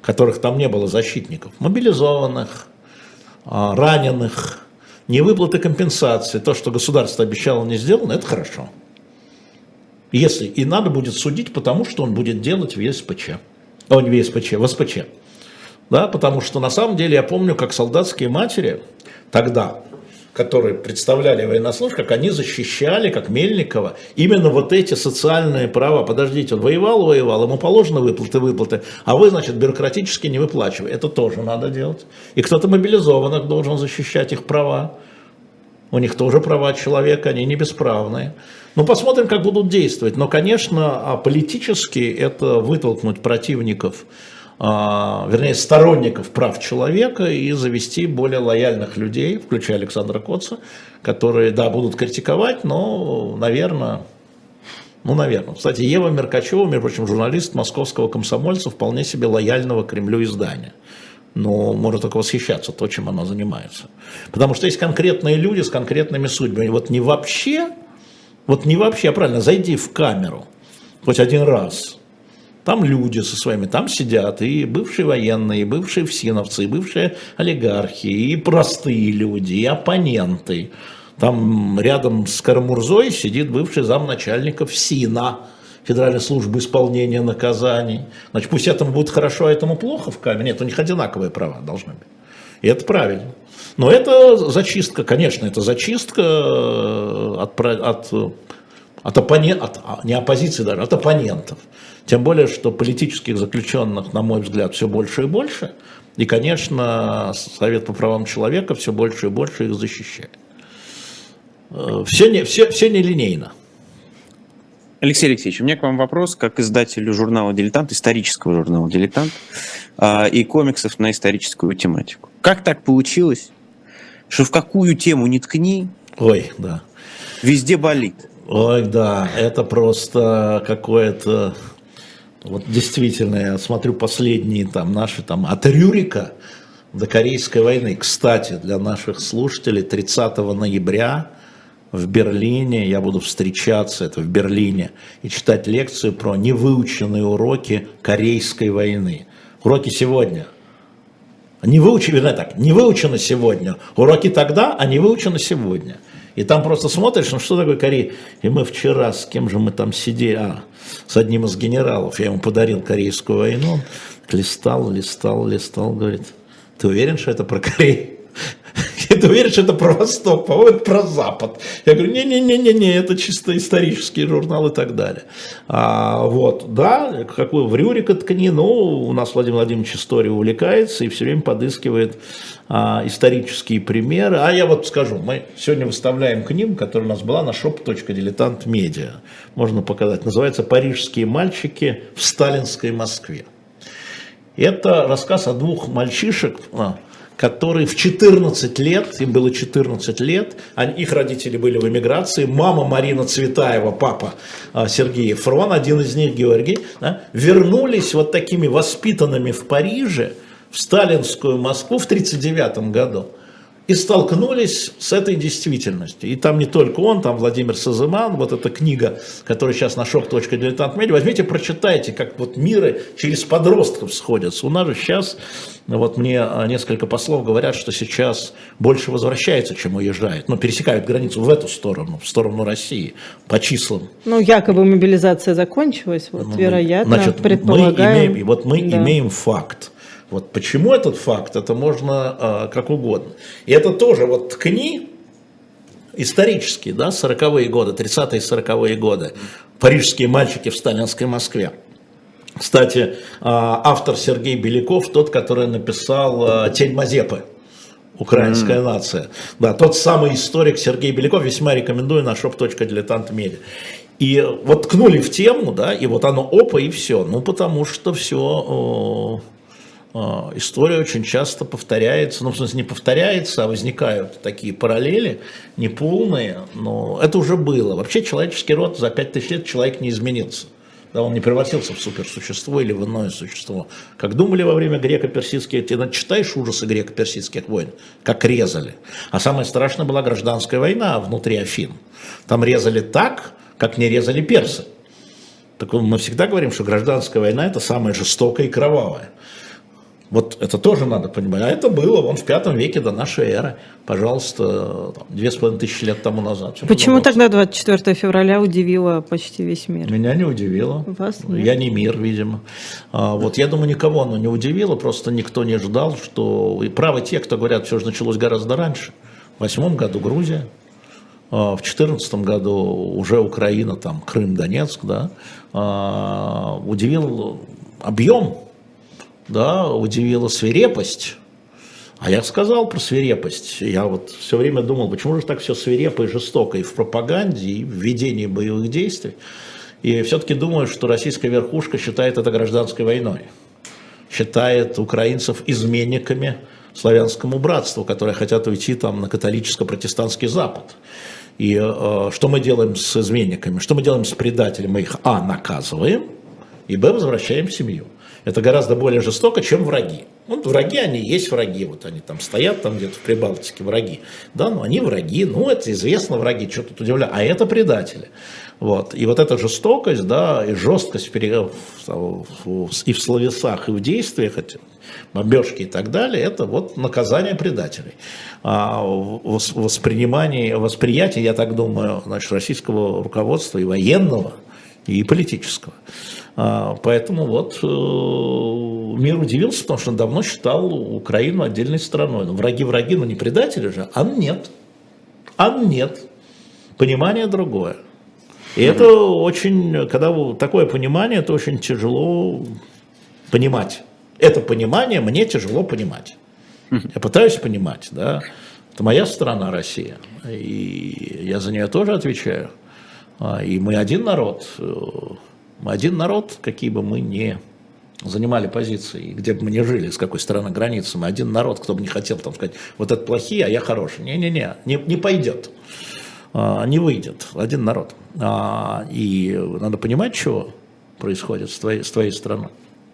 которых там не было защитников, мобилизованных, раненых, невыплаты компенсации, то, что государство обещало, не сделано, это хорошо. Если и надо будет судить, потому что он будет делать в ЕСПЧ. Не в ЕСПЧ, в СПЧ. Да, потому что на самом деле я помню, как солдатские матери тогда, которые представляли военнослужащих, как они защищали, как Мельникова, именно вот эти социальные права. Подождите, он воевал, ему положены выплаты, а вы, значит, бюрократически не выплачиваете. Это тоже надо делать. И кто-то мобилизованных должен защищать их права. У них тоже права человека, они не бесправные. Ну, посмотрим, как будут действовать. Но, конечно, политически это вытолкнуть противников, вернее, сторонников прав человека и завести более лояльных людей, включая Александра Коца, которые, да, будут критиковать, но, наверное. Кстати, Ева Меркачева, между прочим, журналист московского «Комсомольца», вполне себе лояльного Кремлю издания. Но может только восхищаться то, чем она занимается. Потому что есть конкретные люди с конкретными судьбами. Вот не вообще, а правильно, зайди в камеру хоть один раз. Там люди со своими, там сидят и бывшие военные, и бывшие ФСИНовцы, и бывшие олигархи, и простые люди, и оппоненты. Там рядом с Карамурзой сидит бывший замначальника ФСИНа, Федеральной службы исполнения наказаний. Значит, пусть этому будет хорошо, а этому плохо в камере. Нет, у них одинаковые права должны быть. И это правильно. Но это зачистка, конечно, это зачистка не оппозиции даже, от оппонентов. Тем более, что политических заключенных, на мой взгляд, все больше и больше. И, конечно, Совет по правам человека все больше и больше их защищает. Все нелинейно. Алексей Алексеевич, у меня к вам вопрос, как издателю журнала «Дилетант», исторического журнала «Дилетант» и комиксов на историческую тематику. Как так получилось, что в какую тему ни ткни, Да. везде болит? Ой, да, это просто какое-то... Вот действительно, я смотрю последние наши от Рюрика до Корейской войны. Кстати, для наших слушателей 30 ноября в Берлине я буду встречаться, это в Берлине, и читать лекцию про невыученные уроки Корейской войны. Уроки сегодня. Не выучено сегодня. Уроки тогда, а не выучено сегодня. И там просто смотришь, что такое Корея. И мы вчера, с кем же мы там сидели, с одним из генералов, я ему подарил Корейскую войну, он листал, говорит, ты уверен, что это про Корею? Ты уверен, что это про Восток, по-моему, это про Запад. Я говорю, не, это чисто исторический журнал и так далее. Какой в Рюрика ткни, у нас Владимир Владимирович историей увлекается и все время подыскивает исторические примеры. Я вот скажу, мы сегодня выставляем книгу, которая у нас была на shop.diletant.media. Можно показать. Называется «Парижские мальчики в сталинской Москве». Это рассказ о двух мальчишек, которые в 14 лет, им было 14 лет, их родители были в эмиграции, мама Марина Цветаева, папа Сергей Фрон, один из них Георгий, вернулись вот такими воспитанными в Париже, в сталинскую Москву в 1939 году. И столкнулись с этой действительностью. И там не только он, там Владимир Сазыман, вот эта книга, которая сейчас на shop.diletant.media, возьмите, прочитайте, как вот миры через подростков сходятся. У нас же сейчас, мне несколько послов говорят, что сейчас больше возвращается, чем уезжает. Пересекают границу в эту сторону, в сторону России, по числам. Якобы мобилизация закончилась, вероятно, предполагаем. Мы имеем факт. Почему этот факт, это можно как угодно. И это тоже ткни исторические, 40-е годы, 30-е, 40-е годы. Парижские мальчики в сталинской Москве. Кстати, автор Сергей Беляков, тот, который написал «Тень Мазепы. Украинская нация». Да, тот самый историк Сергей Беляков, весьма рекомендую на shop.diletant.media. И ткнули в тему, и оно и все. Потому что все... История очень часто повторяется, в смысле не повторяется, а возникают такие параллели, неполные, но это уже было. Вообще человеческий род за 5000 лет человек не изменился. Он не превратился в суперсущество или в иное существо. Как думали во время греко-персидских, ты читаешь ужасы греко-персидских войн, как резали. А самое страшное была гражданская война внутри Афин. Там резали так, как не резали персы. Так мы всегда говорим, что гражданская война это самая жестокая и кровавая. Вот это тоже надо понимать. А это было вон в V веке до нашей эры. Пожалуйста, 2500 лет тому назад. Почему тогда 24 февраля удивило почти весь мир? Меня не удивило. Вас нет? Я не мир, видимо. Вот я думаю, никого оно не удивило, просто никто не ждал, что... И правы те, кто говорят, все же началось гораздо раньше. В 2008 году Грузия, в 2014 году уже Украина, там Крым, Донецк, да, удивил объем, да, удивила свирепость. А я сказал про свирепость. Я вот все время думал, почему же так все свирепо и жестоко и в пропаганде, и в ведении боевых действий. И все-таки думаю, что российская верхушка считает это гражданской войной. Считает украинцев изменниками славянскому братству, которые хотят уйти там на католическо-протестантский Запад. И что мы делаем с изменниками? Что мы делаем с предателями? Мы их наказываем, и возвращаем в семью. Это гораздо более жестоко, чем враги. Вот враги, они есть враги, вот они там стоят, там где-то в Прибалтике враги, да, но они враги, это известно враги, что тут удивляют, а это предатели. Вот. И вот эта жестокость, да, и жесткость и в словесах, и в действиях, бомбежки и так далее, это вот наказание предателей. Восприятие, я так думаю, значит, российского руководства и военного, и политического. Поэтому вот мир удивился, потому что он давно считал Украину отдельной страной. Враги, но не предатели же. Нет. Понимание другое. И это очень, когда такое понимание, это очень тяжело понимать. Это понимание мне тяжело понимать. Я пытаюсь понимать, да. Это моя страна, Россия. И я за нее тоже отвечаю. И мы один народ. Какие бы мы ни занимали позиции, где бы мы ни жили, с какой стороны границы, мы один народ, кто бы не хотел там сказать, вот это плохие, а я хороший. Не пойдет, не выйдет. Один народ. И надо понимать, что происходит с твоей страной.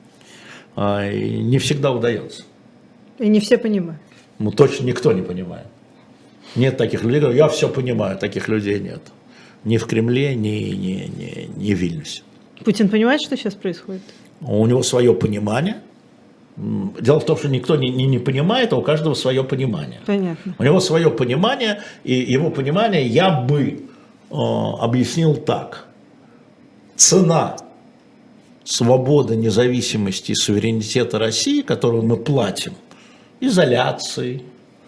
И не всегда удается. И не все понимают. Точно никто не понимает. Нет таких людей, говорят, я все понимаю, таких людей нет. Ни в Кремле, ни в Вильнюсе. Путин понимает, что сейчас происходит? У него свое понимание. Дело в том, что никто не понимает, а у каждого свое понимание. Понятно. У него свое понимание, и его понимание я бы объяснил так. Цена свободы, независимости и суверенитета России, которую мы платим, изоляцией,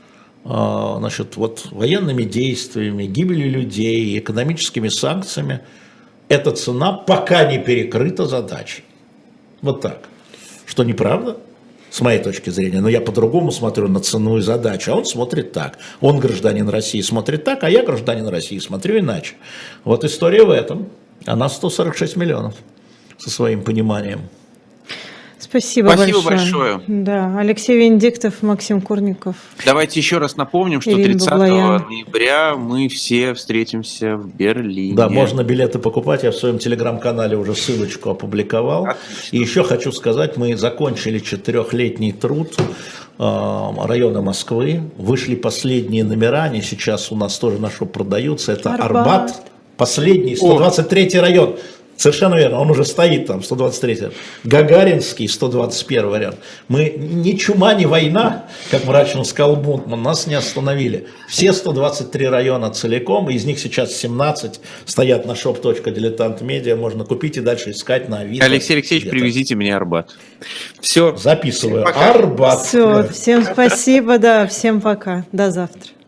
военными действиями, гибелью людей, экономическими санкциями, эта цена пока не перекрыта задачей. Вот так. Что неправда, с моей точки зрения, но я по-другому смотрю на цену и задачу, а он смотрит так. Он гражданин России смотрит так, а я гражданин России смотрю иначе. Вот история в этом. Она 146 миллионов со своим пониманием. Спасибо большое. Да, Алексей Венедиктов, Максим Курников. Давайте еще раз напомним, что 30 ноября мы все встретимся в Берлине. Да, можно билеты покупать, я в своем телеграм-канале уже ссылочку опубликовал. Отлично. И еще хочу сказать, мы закончили 4-летний труд района Москвы, вышли последние номера, они сейчас у нас тоже продаются, это Арбат, последний, 123 район. Совершенно верно, он уже стоит там, 123-й. Гагаринский, 121 ряд. Мы ни чума, ни война, как мрачно сказал Бунтман, нас не остановили. Все 123 района целиком, из них сейчас 17 стоят на shop.diletant.media, можно купить и дальше искать на Авито. Алексей Алексеевич, привезите мне Арбат. Все. Записываю. Арбат. Все, всем спасибо, да, всем пока. До завтра.